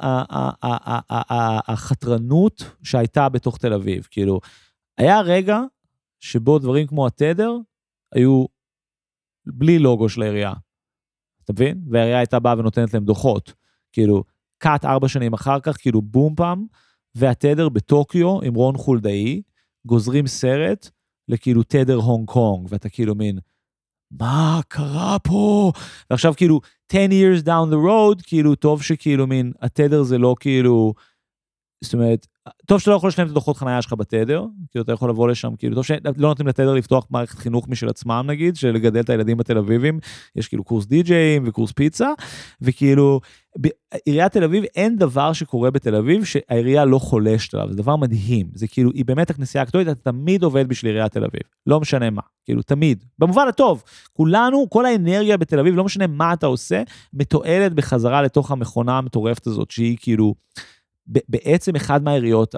החתרנות שהייתה בתוך תל אביב. כאילו, היה רגע שבו דברים כמו התדר היו בלי לוגו של העירייה. אתה מבין? והעירייה הייתה באה ונותנת להם דוחות. כאילו, קאט 4 שנים אחר כך, כאילו בום פעם, והתדר בטוקיו עם רון חולדאי, גוזרים סרט לכאילו תדר הונג קונג, ואתה כאילו מין, מה קרה פה? ועכשיו כאילו, 10 years down the road, כאילו טוב שכאילו מין, התדר זה לא כאילו, זאת אומרת, טוב שאתה לא יכול לשלם את הדוחות חנייה שלך בתדר, כאילו אתה יכול לבוא לשם, כאילו טוב שלא נותנים לתדר לפתוח מערכת חינוך משל עצמם נגיד, של לגדל את הילדים בתל אביבים, יש כאילו קורס די-ג'יים וקורס פיצה, וכאילו, עיריית תל אביב, אין דבר שקורה בתל אביב שהעירייה לא חולשת עליו, זה דבר מדהים, זה כאילו, היא באמת הכנסייה הקתולית, אתה תמיד עובד בשביל עיריית תל אביב, לא משנה מה, כאילו תמיד, במובן הטוב, כולנו, כל האנרגיה בתל אביב, לא משנה מה אתה עושה, מתועלת בחזרה לתוך המכונה המטורפת הזאת, שהיא כאילו, בעצם אחד מהעיריות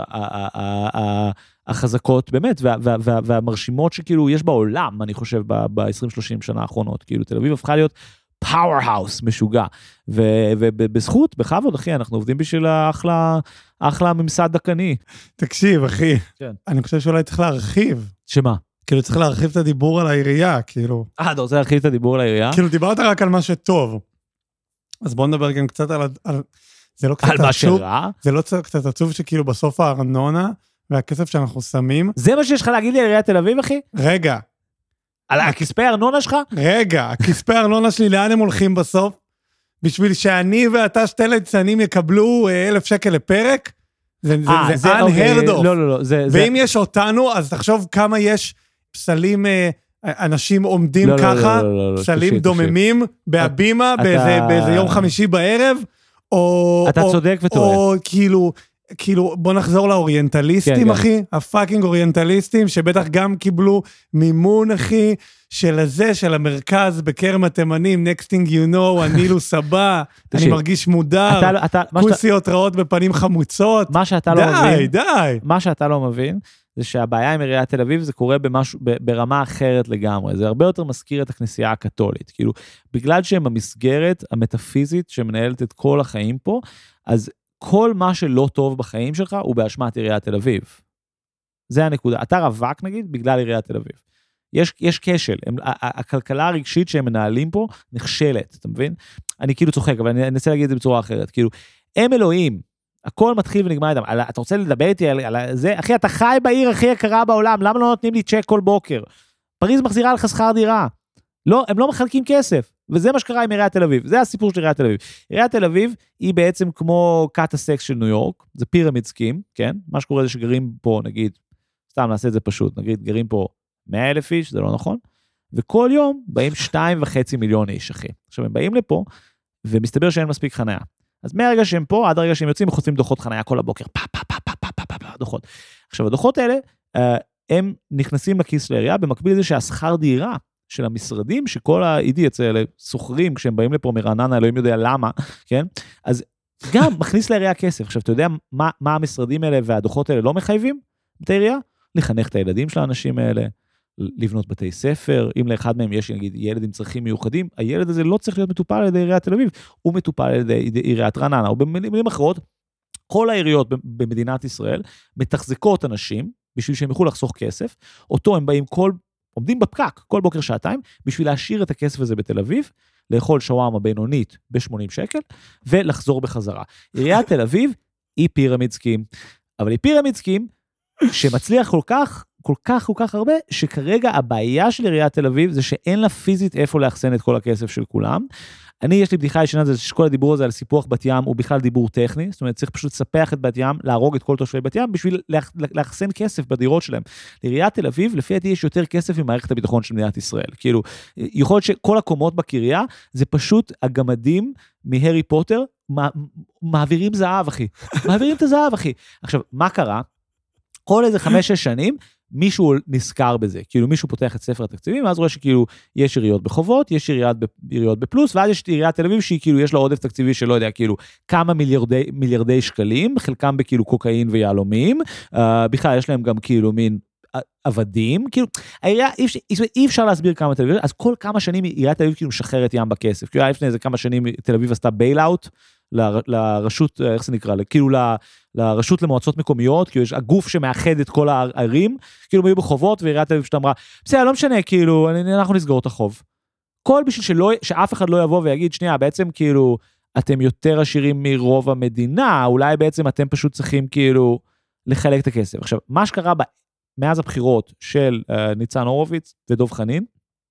החזקות באמת, והמרשימות שכאילו יש בעולם, אני חושב, ב-20-30 שנה האחרונות, כאילו תל אביב הפכה להיות powerhouse משוגע, ובזכות, בכבוד, אחי, אנחנו עובדים בשביל אחלה ממסד דקני. תקשיב, אחי, כן. אני חושב שאולי צריך להרחיב. שמה? כאילו צריך להרחיב את הדיבור על העירייה, כאילו. אתה רוצה להרחיב את הדיבור על העירייה? כאילו דיברת רק על מה שטוב. אז בוא נדבר גם קצת על זה לא קצת על מה שרע? זה לא קצת עצוב שכאילו בסוף הארנונה והכסף שאנחנו שמים. זה מה שיש לך להגיד לי על עיריית תל אביב, אחי? רגע. על הכספי הארנונה שלך? רגע, הכספי הארנונה שלי, לאן הם הולכים בסוף? בשביל שאני ואתה 2 ליצנים יקבלו 1,000 שקל לפרק? זה unheard of. לא. ואם יש אותנו, אז תחשוב כמה יש פסלים, אנשים עומדים ככה, פסלים דוממים, בהבימה, באיזה יום חמישי בערב, אתה צודק וטועה. או כאילו, בוא נחזור לאוריינטליסטים, אחי, הפאקינג אוריינטליסטים, שבטח גם קיבלו מימון, אחי, של המרכז בקרם התימנים, next thing you know, הנילוס הבא, אני מרגיש מודר, כוסיות רעות בפנים חמוצות, מה שאתה לא מבין, זה שהבעיה עם עיריית תל אביב, זה קורה ברמה אחרת לגמרי, זה הרבה יותר מזכיר את הכנסייה הקתולית, כאילו, בגלל שהם המסגרת המטאפיזית שמנהלת את כל החיים פה, אז כל מה שלא טוב בחיים שלך הוא באשמת עיריית תל אביב. זה הנקודה. אתה רווק נגיד בגלל עיריית תל אביב. יש כשל. הכלכלה הרגשית שהם מנהלים פה נכשלת, אתה מבין? אני כאילו צוחק, אבל אני אנסה להגיד את זה בצורה אחרת. כאילו, הם אלוהים, הכל מתחיל ונגמר איתם. אתה רוצה לדבר איתי על זה? אחי, אתה חי בעיר הכי יקרה בעולם, למה לא נותנים לי צ'ק כל בוקר? פריז מחזירה לך שכר דירה. לא, הם לא מחלקים כסף. וזה מה שקרה עם עיריית תל אביב. זה הסיפור של עיריית תל אביב. עיריית תל אביב היא בעצם כמו קאט הסקס של ניו יורק, זה פירמיד סקים, כן? מה שקורה זה שגרים פה, נגיד, סתם נעשה את זה פשוט, נגיד, גרים פה 100,000 איש, זה לא נכון, וכל יום באים 2.5 מיליון איש, אחי. עכשיו הם באים לפה, ומסתבר שאין מספיק חניה. אז מהרגע שהם פה, עד הרגע שהם יוצאים, חוטפים דוחות חניה כל הבוקר, דוחות. עכשיו, הדוחות האלה, הם נכנסים לכיס לעירייה, במקביל לזה שהשכר דירה של המשרדים, שכל האידיוטס האלה סוחרים, כשהם באים לפה מרעננה, אלוהים יודע למה, כן? אז גם מכניס לעירייה כסף. עכשיו, אתה יודע מה המשרדים האלה והדוחות האלה לא מחייבים את העירייה? לחנך את הילדים של האנשים האלה, לבנות בתי ספר, אם לאחד מהם יש, נגיד, ילד עם צרכים מיוחדים, הילד הזה לא צריך להיות מטופל על ידי עיריית תל אביב, הוא מטופל על ידי עיריית רעננה, או במילים אחרות, כל העיריות במדינת ישראל מתחזקות אנשים, בשביל שהם יוכלו לחסוך כסף, אותו הם באים עומדים בפקק כל בוקר שעתיים, בשביל להשאיר את הכסף הזה בתל אביב, לאכול שווארמה בינונית ב-80 שקל, ולחזור בחזרה. עיריית תל אביב היא פירמיד סקים, אבל היא פירמיד סקים שמצליח כל כך הרבה, שכרגע הבעיה של עיריית תל אביב, זה שאין לה פיזית איפה לאחסן את כל הכסף של כולם. יש לי בדיחה ישנה, זה שכל הדיבור הזה על סיפוח בת ים, הוא בכלל דיבור טכני, זאת אומרת, צריך פשוט לספח את בת ים, להרוג את כל תושבי בת ים, בשביל לאחסן כסף בדירות שלהם. לעיריית תל אביב, לפי דעתי יש יותר כסף ממערכת הביטחון של מדינת ישראל. כאילו, יכול להיות שכל הקומות בקריה, זה פשוט הגמדים מהרי פוטר, מעבירים זהב, אחי. מעבירים את הזהב, אחי. עכשיו, מה קרה? כל איזה 5-6 שנים, מישהו נזכר בזה, כאילו מישהו פותח את ספר התקציבים, ואז רואה שכאילו יש עיריות בחובות, יש עיריות בפלוס, ואז יש עיריית תל אביב שהיא כאילו יש לה עודף תקציבי שלא יודע, כאילו כמה מיליארדי שקלים, חלקם בכאילו קוקאין ויהלומים, בכלל יש להם גם כאילו מין עבדים, כאילו העירייה אי אפשר להסביר כמה תל אביב, אז כל כמה שנים עיריית תל אביב כאילו משחררת ים בכסף, כאילו לפני איזה כמה שנים תל אביב עשתה בייל-אוט, לרשות, איך זה נקרא, כאילו לרשות למועצות מקומיות, כאילו יש הגוף שמאחד את כל הערים, כאילו היו בחובות, ועיריית תל אביב שאתה אמרה, בסדר, לא משנה, כאילו, אנחנו נסגור את החוב. כל בשביל שאף אחד לא יבוא ויגיד, שנייה, בעצם כאילו, אתם יותר עשירים מרוב המדינה, אולי בעצם אתם פשוט צריכים כאילו, לחלק את הכסף. עכשיו, מה שקרה מאז הבחירות של ניצן הורוביץ ודוב חנין,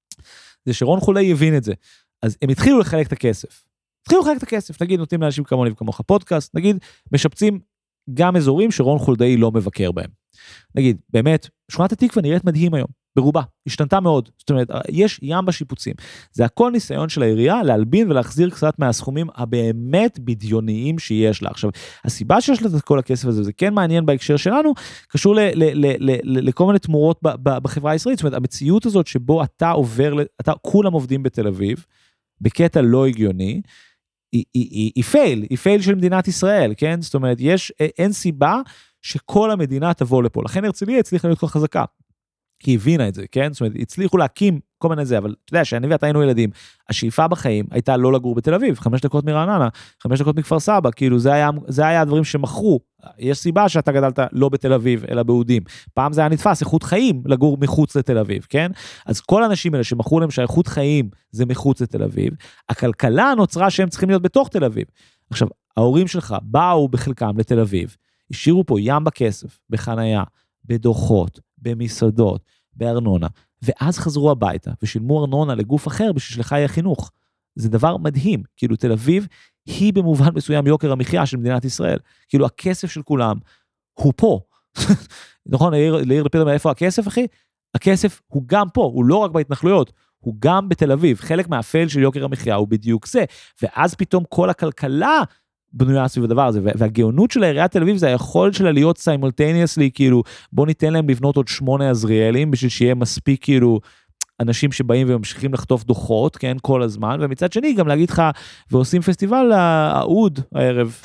זה שרון חולדאי הבין את זה. אז הם התחילו לחלק את הכסף. התחילו לחלק את הכסף, נגיד נותנים לאנשים כמוני וכמוך פודקאסט, נגיד משפצים גם אזורים שרון חולדאי לא מבקר בהם. נגיד, באמת, שכונת התקווה נראית מדהים היום, ברובה, השתנתה מאוד, זאת אומרת, יש ים בשיפוצים. זה הכל ניסיון של העירייה להלבין ולהחזיר קצת מהסכומים הבאמת בדיוניים שיש לה. עכשיו, הסיבה שיש לה את כל הכסף הזה, זה כן מעניין בהקשר שלנו, קשור לכל מיני תמורות בחברה הישראלית, זאת אומרת, המציאות הזאת שבו כולם עובדים בתל אביב, בקטע לא הגיוני, היא פייל של מדינת ישראל, כן? זאת אומרת, אין סיבה שכל המדינה תבוא לפה. לכן הרצליה הצליחה להיות כל חזקה, כי הבינה את זה, כן? זאת אומרת, הצליחו להקים כל מיני זה, אבל אתה יודע, שאני ואתה היינו ילדים, השאיפה בחיים הייתה לא לגור בתל אביב, 5 דקות מרעננה, 5 דקות מכפר סבא, כאילו זה היה הדברים שמכרו. יש סיבה שאתה גדלת לא בתל אביב, אלא ביהודים. פעם זה היה נתפס, איכות חיים לגור מחוץ לתל אביב, כן? אז כל האנשים האלה שמכרו להם שהאיכות חיים זה מחוץ לתל אביב, הכלכלה נוצרה שהם צריכים להיות בתוך תל אביב. עכשיו, ההורים שלך באו בחלקם לתל אביב, השאירו פה ים בכסף, בחנייה, בדוחות, במסעדות, בארנונה, ואז חזרו הביתה ושילמו ארנונה לגוף אחר בשביל שלך יהיה חינוך. זה דבר מדהים, כאילו תל אביב היא במובן מסוים יוקר המחיה של מדינת ישראל, כאילו הכסף של כולם הוא פה. נכון, לעיר לפיד מאיפה הכסף, אחי? הכסף הוא גם פה, הוא לא רק בהתנחלויות, הוא גם בתל אביב, חלק מהפעל של יוקר המחיה הוא בדיוק זה, ואז פתאום כל הכלכלה בנויה סביב הדבר הזה, והגאונות של העיריית תל אביב זה היכולת שלה להיות סיימולטניאסלי, כאילו בוא ניתן להם לבנות עוד 8 עזריאלים, בשביל שיהיה מספיק כאילו אנשים שבאים וממשיכים לחטוף דוחות, כן, כל הזמן, ומצד שני גם להגיד לך, ועושים פסטיבל האוד הערב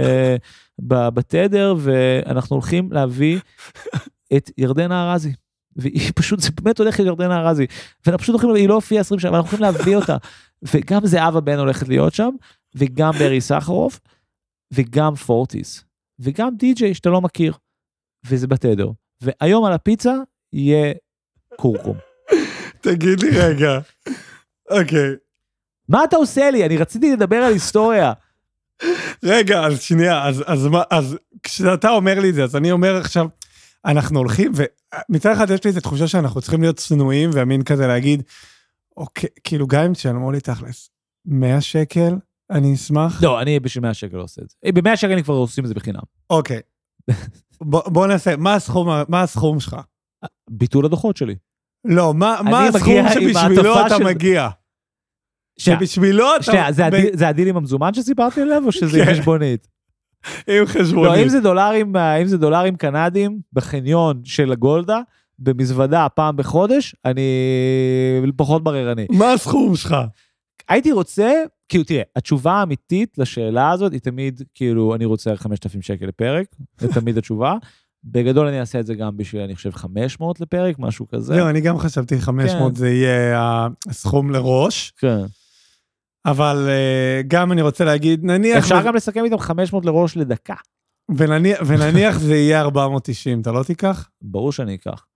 בתדר, ואנחנו הולכים להביא את ירדנה ארזי, והיא פשוט, זה באמת הולכת ירדנה ארזי, ואנחנו פשוט הולכים, היא לא הופיעה 20 שנה, ואנחנו הולכים להביא אותה, וגם זהבה בן הולכת להיות שם, וגם ברי סחרוף, וגם פורטיס, וגם די-ג'יי שאתה לא מכיר, וזה בתדר, והיום על הפיצה יהיה קורקום. תגיד לי רגע, אוקיי. מה אתה עושה לי? אני רציתי לדבר על היסטוריה. רגע, אז שנייה, אז כשאתה אומר לי את זה, אז אני אומר עכשיו, אנחנו הולכים, ומצד אחד יש לי איזו תחושה שאנחנו צריכים להיות צנועים, והמין כזה להגיד, אוקיי, כאילו גם אם תשלמו לי תכלס, 100 שקל, אני אשמח. לא, אני בשביל 100 שקל לא עושה את זה. ב-100 שקל אני כבר עושים את זה בחינם. אוקיי. בוא נעשה, מה הסכום שלך? ביטול הדוחות שלי. לא, מה הסכום שבשבילו אתה מגיע? שבשבילו אתה... שנייה, זה הדיל עם המזומן שסיפרתי עליו, או שזה חשבונית? עם חשבונית. לא, אם זה דולרים קנדים, בחניון של הגולדה, במזוודה פעם בחודש, אני פחות בררני. מה הסכום שלך? הייתי רוצה, כאילו תראה, התשובה האמיתית לשאלה הזאת, היא תמיד, כאילו, אני רוצה 5,000 שקל לפרק, זה תמיד התשובה, בגדול אני אעשה את זה גם בשביל, אני חושב, 500 לפרק, משהו כזה. לא, אני גם חשבתי 500 זה יהיה הסכום לראש. כן. אבל גם אני רוצה להגיד, נניח... אפשר גם לסכם איתם 500 לראש לדקה. ונניח זה יהיה 490, אתה לא תיקח? ברור שאני אקח.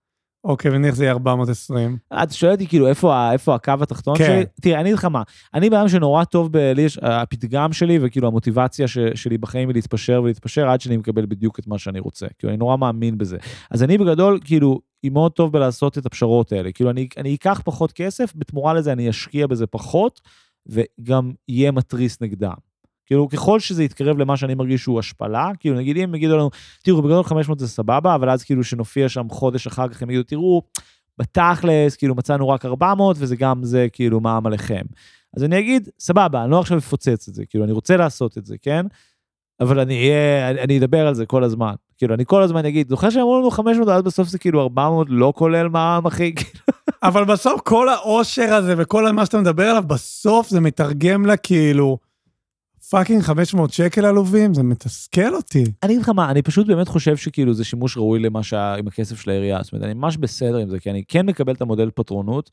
אוקיי, ונניח זה יהיה 420. אתה שואל אותי כאילו איפה הקו התחתון שלי? תראה, אני אגיד לך מה, אני בעיה שנורא טוב הפתגם שלי, וכאילו המוטיבציה שלי בחיים היא להתפשר עד שאני מקבל בדיוק את מה שאני רוצה, כאילו אני נורא מאמין בזה. אז אני בגדול, כאילו, היא מאוד טוב בלעשות את הפשרות האלה, כאילו אני אקח פחות כסף, בתמורה לזה אני אשקיע בזה פחות, וגם יהיה מטריס נגדם. כאילו, ככל שזה יתקרב למה שאני מרגיש שהוא השפלה, כאילו, נגיד, אם יגידו לנו, תראו, בגדול 500 זה סבבה, אבל אז כאילו שנופיע שם חודש אחר כך, הם יגידו, תראו, בתכלס, כאילו, מצאנו רק 400, וזה גם זה, כאילו, מע"מ עליכם. אז אני אגיד, סבבה, אני לא עכשיו אפוצץ את זה, כאילו, אני רוצה לעשות את זה, כן? אבל אני אדבר על זה כל הזמן. כאילו, אני כל הזמן אגיד, זוכר שאמרו לנו 500, אז בסוף זה כאילו 400, לא כולל מע"מ, אחי, כאילו. אבל בסוף כל העושר הזה, וכל מה שאתה מדבר עליו, בסוף זה מתרגם לה, כאילו, פאקינג 500 שקל עלובים, זה מתסכל אותי. אני אגיד לך מה, אני פשוט באמת חושב שכאילו זה שימוש ראוי למה עם הכסף של העירייה, זאת אומרת, אני ממש בסדר עם זה, כי אני כן מקבל את המודל פטרונות,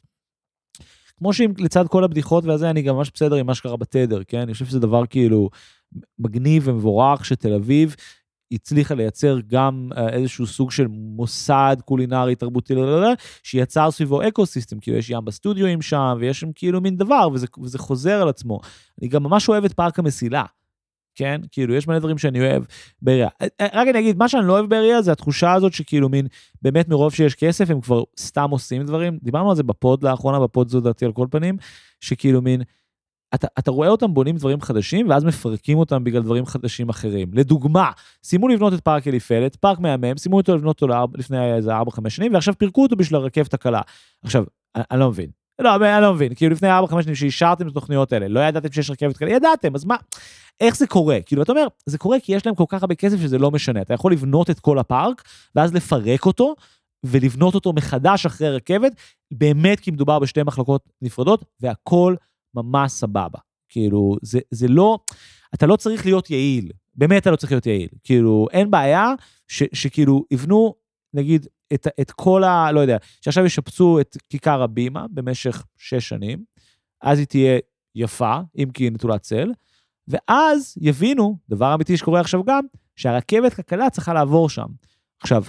כמו שלצד כל הבדיחות והזה, אני גם ממש בסדר עם מה שקרה בתדר, כן? אני חושב שזה דבר כאילו מגניב ומבורך שתל אביב הצליחה לייצר גם איזשהו סוג של מוסד קולינרי, תרבותי, שיצר סביבו אקוסיסטם, כאילו יש ים בסטודיואים שם, ויש שם כאילו מין דבר, וזה חוזר על עצמו. אני גם ממש אוהב את פארק המסילה, כן? כאילו, יש מלא דברים שאני אוהב בעירייה. רק אני אגיד, מה שאני לא אוהב בעירייה, זה התחושה הזאת שכאילו מין, באמת מרוב שיש כסף, הם כבר סתם עושים דברים. דיברנו על זה בפוד לאחרונה, בפוד זו דעתי על כל פנים, שכאילו מין, אתה רואה אותם בונים דברים חדשים, ואז מפרקים אותם בגלל דברים חדשים אחרים. לדוגמה, שימו לבנות את פארק אליפלט, פארק מהמם, שימו אותו לבנות אותו לפני איזה 4-5 שנים, ועכשיו פירקו אותו בשביל הרכבת הקלה. עכשיו, אני לא מבין. אני לא מבין. כאילו לפני 4-5 שנים שאישרתם את התוכניות האלה, לא ידעתם שיש רכבת קלה, ידעתם, אז מה? איך זה קורה? כאילו, אתה אומר, זה קורה כי יש להם כל כך הרבה כסף שזה לא משנה. אתה יכול לבנות את כל הפארק, ואז לפרק אותו, ולבנות אותו מחדש אחרי רכבת, באמת כי מדובר בשתי מחלקות נפרדות, והכל ממש סבבה. כאילו, זה לא, אתה לא צריך להיות יעיל. באמת אתה לא צריך להיות יעיל. כאילו, אין בעיה שכאילו יבנו, נגיד, את כל לא יודע, שעכשיו ישפצו את כיכר הבימה במשך 6 שנים, אז היא תהיה יפה, אם כי היא נטולת צל, ואז יבינו, דבר אמיתי שקורה עכשיו גם, שהרכבת הקלה צריכה לעבור שם. עכשיו,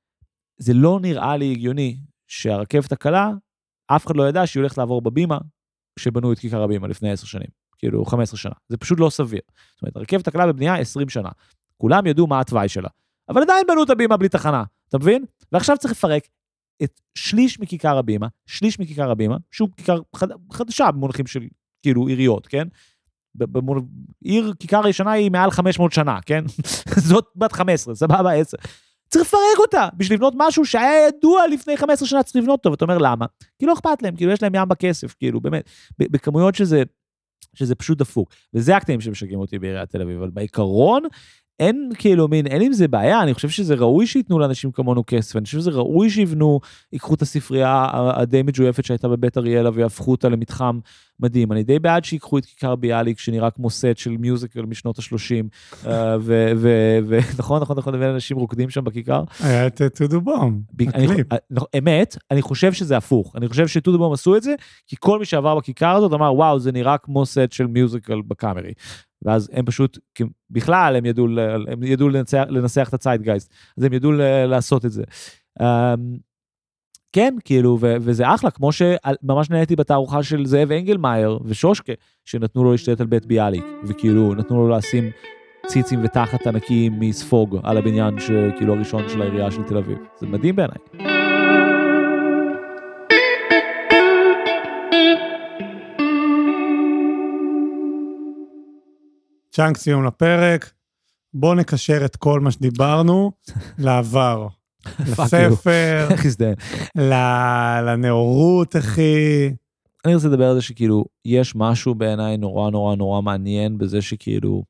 זה לא נראה לי הגיוני שהרכבת הקלה, אף אחד לא ידע שהיא הולכת לעבור בבימה, שבנו את כיכר הבימה לפני 10 שנים, כאילו 15 שנה. זה פשוט לא סביר. זאת אומרת, הרכבת הקלה בבנייה 20 שנה. כולם ידעו מה התוואי שלה. אבל עדיין בנו את הבימה בלי תחנה, אתה מבין? ועכשיו צריך לפרק את שליש מכיכר הבימה, שהוא כיכר חדשה במונחים של כאילו עיריות, כן? עיר, כיכר הישנה היא מעל 500 שנה, כן? זאת בת 15, סבבה 10. צריך לפרק אותה, בשביל לבנות משהו שהיה ידוע לפני 15 שנה, צריך לבנות אותו, ואתה אומר למה? כי לא אכפת להם, כאילו יש להם ים בכסף, כאילו באמת, בכמויות שזה פשוט דפוק, וזה הקטעים שמשגעים אותי בעיריית תל אביב, אבל בעיקרון, אין כאילו מין, אין עם זה בעיה, אני חושב שזה ראוי שיתנו לאנשים כמונו כסף, אני חושב שזה ראוי שיבנו, ייקחו את הספרייה הדי מג'ויפת שהייתה בבית אריאלה, ויהפכו אותה למתחם מדהים, אני די בעד שיקחו את כיכר ביאליק, שנראה כמו סט של מיוזיקל משנות ה-30, ונכון, ואנשים רוקדים שם בכיכר. היה את טודו בום, הקליפ. אמת, אני חושב שזה הפוך, אני חושב שטודו בום עשו את זה, כי כל מי שעבר בכיכר הזאת אמר, וואו, זה נראה כמו סט של מיוזיקל בקאמרי. ואז הם פשוט, בכלל הם ידעו לנסח את הצייטגייסט, אז הם ידעו לעשות את זה. כן, כאילו, וזה אחלה, כמו שממש נהייתי בתערוכה של זאב אנגלמאייר ושושקה, שנתנו לו להשתלט על בית ביאליק, וכאילו נתנו לו לשים ציצים ותחת ענקים מספוג על הבניין שכאילו הראשון של העירייה של תל אביב. זה מדהים בעיניי. צ'אנק סיום לפרק, בוא נקשר את כל מה שדיברנו לעבר, לספר, לנאורות, אחי. אני רוצה לדבר על זה שכאילו, יש משהו בעיניי נורא נורא נורא מעניין בזה שכאילו,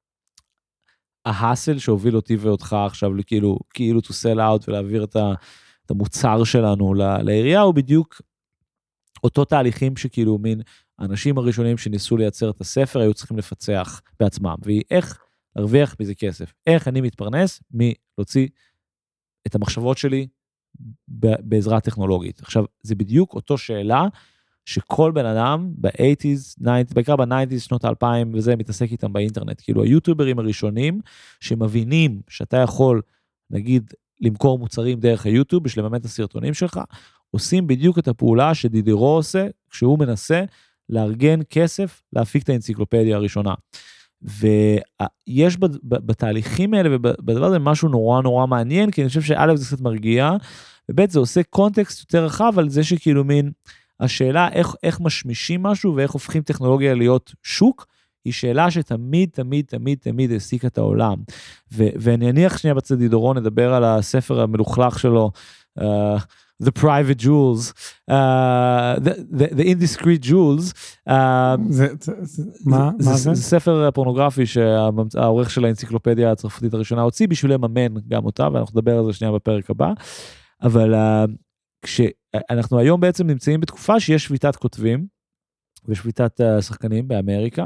ההסל שהוביל אותי ואותך עכשיו לכאילו, כאילו to sell out ולהעביר את המוצר שלנו לעירייה, הוא בדיוק אותו תהליכים שכאילו מין, האנשים הראשונים שניסו לייצר את הספר היו צריכים לפצח בעצמם, ואיך להרוויח מזה כסף, איך אני מתפרנס מלהוציא את המחשבות שלי בעזרה טכנולוגית. עכשיו, זה בדיוק אותו שאלה שכל בן אדם ב-80s, 90s, בעיקר ב-90s, שנות ה-2000 וזה, מתעסק איתם באינטרנט. כאילו, היוטיוברים הראשונים שמבינים שאתה יכול, נגיד, למכור מוצרים דרך היוטיוב, בשביל לממן את הסרטונים שלך, עושים בדיוק את הפעולה שדידירו עושה, כשהוא מנסה לארגן כסף, להפיק את האנציקלופדיה הראשונה. ויש בתהליכים האלה, ובדבר הזה משהו נורא נורא מעניין, כי אני חושב שא' זה קצת מרגיע, וב' זה עושה קונטקסט יותר רחב, על זה שכאילו מין, השאלה איך משמישים משהו, ואיך הופכים טכנולוגיה להיות שוק, היא שאלה שתמיד, תמיד, תמיד, תמיד העסיקה את העולם. ואני אניח שנייה בצד דידורו, נדבר על הספר המלוכלך שלו, The Private Jewels, The Indiscreet Jewels. מה זה? זה ספר פורנוגרפי שהעורך של האנציקלופדיה הצרפתית הראשונה הוציא, בשביל לממן גם אותה, ואנחנו נדבר על זה שנייה בפרק הבא. אבל כשאנחנו היום בעצם נמצאים בתקופה שיש שביתת כותבים, ושביתת שחקנים באמריקה,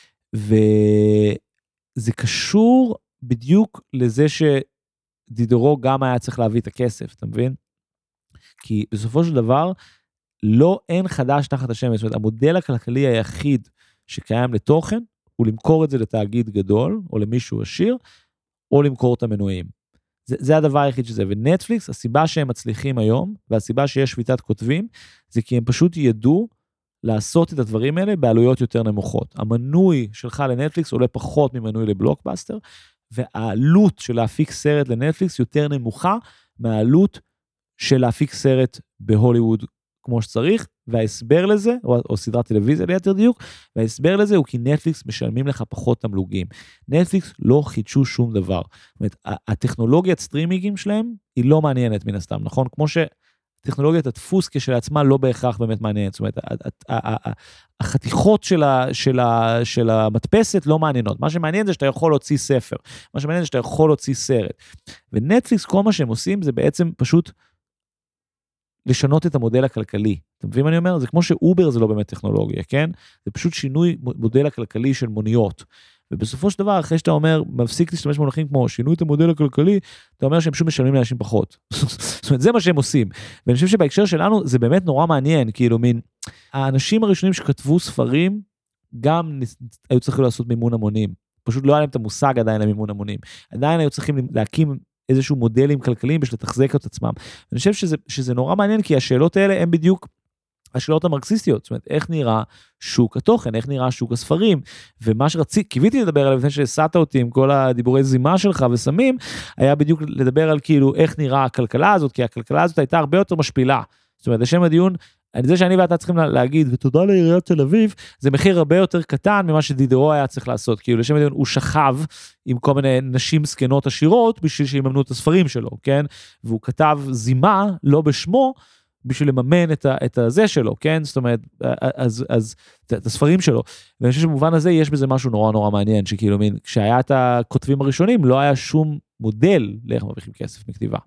וזה קשור בדיוק לזה שדידורו גם היה צריך להביא את הכסף, אתה מבין? כי בסופו של דבר, אין חדש תחת השמש, זאת אומרת, המודל הכלכלי היחיד שקיים לתוכן, הוא למכור את זה לתאגיד גדול, או למישהו עשיר, או למכור את המנויים. זה הדבר היחיד שזה, ונטפליקס, הסיבה שהם מצליחים היום, והסיבה שיש שביתת כותבים, זה כי הם פשוט ידעו לעשות את הדברים האלה בעלויות יותר נמוכות. המנוי שלך לנטפליקס עולה פחות ממנוי לבלוקבאסטר, והעלות של להפיק סרט לנטפליקס יותר נמוכה מהעלות של להפיק סרט בהוליווד כמו שצריך, וההסבר לזה, או סדרת טלוויזיה ליתר דיוק, וההסבר לזה הוא כי נטפליקס משלמים לך פחות תמלוגים. נטפליקס לא חידשו שום דבר. זאת אומרת, הטכנולוגיית סטרימינגים שלהם היא לא מעניינת מן הסתם, נכון? כמו שטכנולוגיית הדפוס כשלעצמה לא בהכרח באמת מעניינת. זאת אומרת, החתיכות של המדפסת לא מעניינות. מה שמעניין זה שאתה יכול להוציא ספר. מה שמעניין זה שאתה יכול להוציא סרט. ונטפליקס, כל מה שהם עושים זה בעצם פשוט לשנות את המודל הכלכלי. אתם מבינים מה אני אומר? זה כמו שאובר זה לא באמת טכנולוגיה, כן? זה פשוט שינוי מודל הכלכלי של מוניות. ובסופו של דבר, אחרי שאתה אומר, מפסיק להשתמש במונחים כמו שינוי את המודל הכלכלי, אתה אומר שהם פשוט משלמים לאנשים פחות. זאת אומרת, זה מה שהם עושים. ואני חושב שבהקשר שלנו, זה באמת נורא מעניין, כאילו מין, האנשים הראשונים שכתבו ספרים, גם היו צריכים לעשות מימון המונים. פשוט לא היה להם את המושג עדיין למימון המונים. עדיין היו צריכים להקים איזשהו מודלים כלכליים בשביל לתחזק את עצמם. אני חושב שזה נורא מעניין, כי השאלות האלה הן בדיוק השאלות המרקסיסטיות, זאת אומרת, איך נראה שוק התוכן, איך נראה שוק הספרים, ומה קיוויתי לדבר עליו, לפני שהסעת אותי עם כל הדיבורי זימה שלך וסמים, היה בדיוק לדבר על כאילו איך נראה הכלכלה הזאת, כי הכלכלה הזאת הייתה הרבה יותר משפילה. זאת אומרת, לשם הדיון, זה שאני ואתה צריכים להגיד, ותודה לעיריית תל אביב, זה מחיר הרבה יותר קטן ממה שדידרו היה צריך לעשות, כאילו לשם הדיון הוא שכב עם כל מיני נשים סקנות עשירות, בשביל שיממנו את הספרים שלו, כן? והוא כתב זימה, לא בשמו, בשביל לממן את הזה שלו, כן? זאת אומרת, אז את הספרים שלו. ואני חושב שבמובן הזה יש בזה משהו נורא נורא מעניין, שכאילו מין, כשהיה את הכותבים הראשונים, לא היה שום מודל לאיך מרוויחים כסף מכתיבה.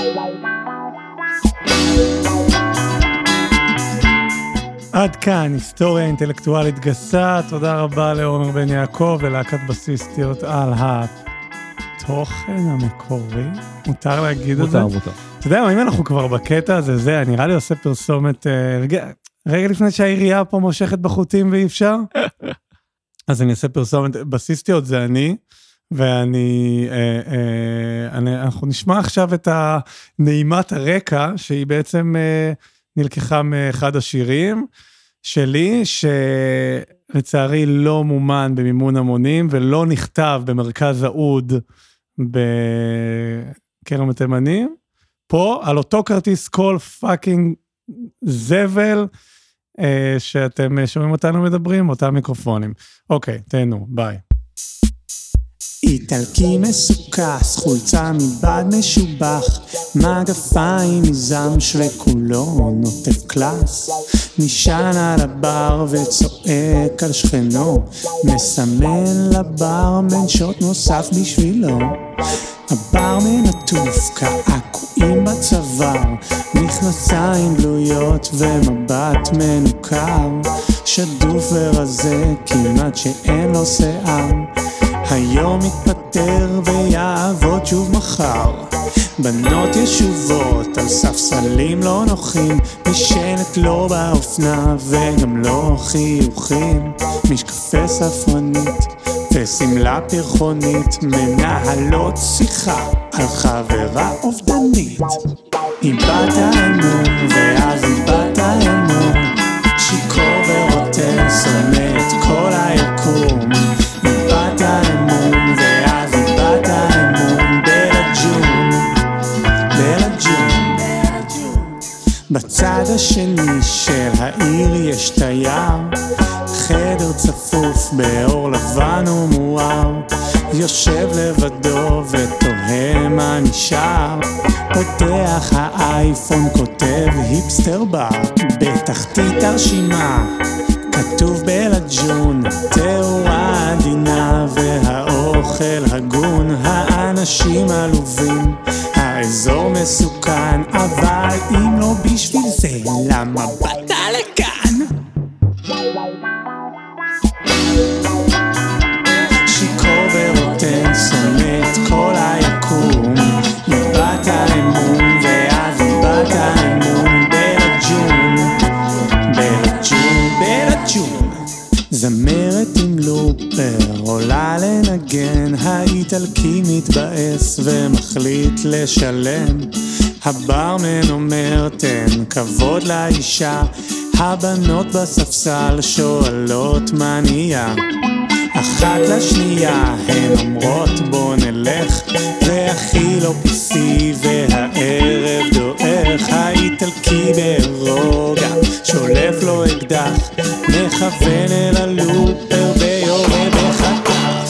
עד כאן, היסטוריה אינטלקטואלית גסה, תודה רבה לעומר בן יעקב ולהקת בסיסטיות על התוכן המקורי. מותר להגיד את זה? מותר. אתה יודע, אם אנחנו כבר בקטע הזה, זה נראה לי עושה פרסומת, רגע לפני שהעירייה פה מושכת בחוטים ואי אפשר, אז אני אעשה פרסומת, בסיסטיות זה אנחנו נשמע עכשיו את נעימת הרקע, שהיא בעצם נלקחה מאחד השירים שלי, שלצערי לא מומן במימון המונים, ולא נכתב במרכז האוד בכרם התימנים, פה על אותו כרטיס כל פאקינג זבל, שאתם שומעים אותנו מדברים, אותם מיקרופונים. אוקיי, תהנו, ביי. איטלקי מסוכס, חולצה מבד משובח, מגפיים מזמש וכולו נוטף קלאס, נשען על הבר וצועק על שכנו, מסמן לבר מנשות נוסף בשבילו. הבר מנטוף כעקועים בצוואר, מכנסיים בלויות ומבט מנוכר, שדוף ורזה כמעט שאין לו שיער, היום מתפטר ויעבוד שוב מחר. בנות ישובות על ספסלים לא נוחים, משענת לא באופנה וגם לא חיוכים, משקפי ספרנית וסמלה פרחונית מנהלות שיחה על חברה אובדנית. איבדת אמון ואז איבדת אמון, שיקור ורוטן שונא את כל היקום. איבדת אמון ואז איבדת אמון, בלג'ון, בלג'ון. בצד השני של העיר יש תייר, חדר צפוף באור לבן ומואר, יושב לבדו ותוהה מה נשאר. פותח האייפון, כותב היפסטר בר, בתחתית הרשימה כתוב בלג'ון. תאורה עדינה והאוכל הגון, האנשים עלובים, האזור מסוכן, אבל אם לא בשביל זה, למה באת לכאן? שיקור ורוטן שונא את כל היקום. איבדת אמון ואז איבדת אמון, בלג'ון, בלג'ון, בלג'ון. זמרת עם לופר עולה לנגן, האיטלקי מתבאס ומחליט לשלם. הברמן אומר תן כבוד לאישה, הבנות בספסל שואלות מה נהיה. אחת לשנייה הן אומרות בוא נלך, והכי לא פיסי והערב דועך. האיטלקי ברוגע שולף לו אקדח, מכוון אל הלופר ויורה בחטף.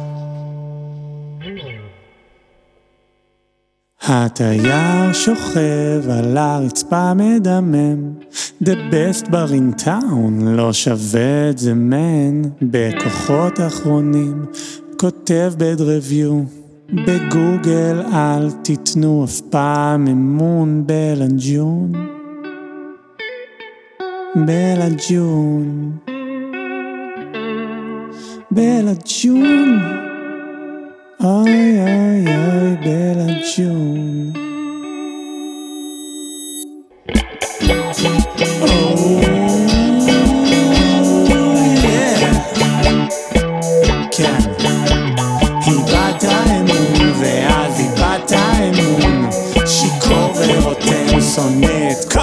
התייר שוכב על הרצפה מדמם, The best bar in town, לא שווה את זה מן. בכוחות אחרונים כותב בד ריוויו בגוגל, אל תיתנו אף פעם אמון, בלג'ון, בלג'ון, בלג'ון, אוי אוי אוי בלג'ון. איבדת אמון ואז איבדת אמון, שיקור ורוטן שונא את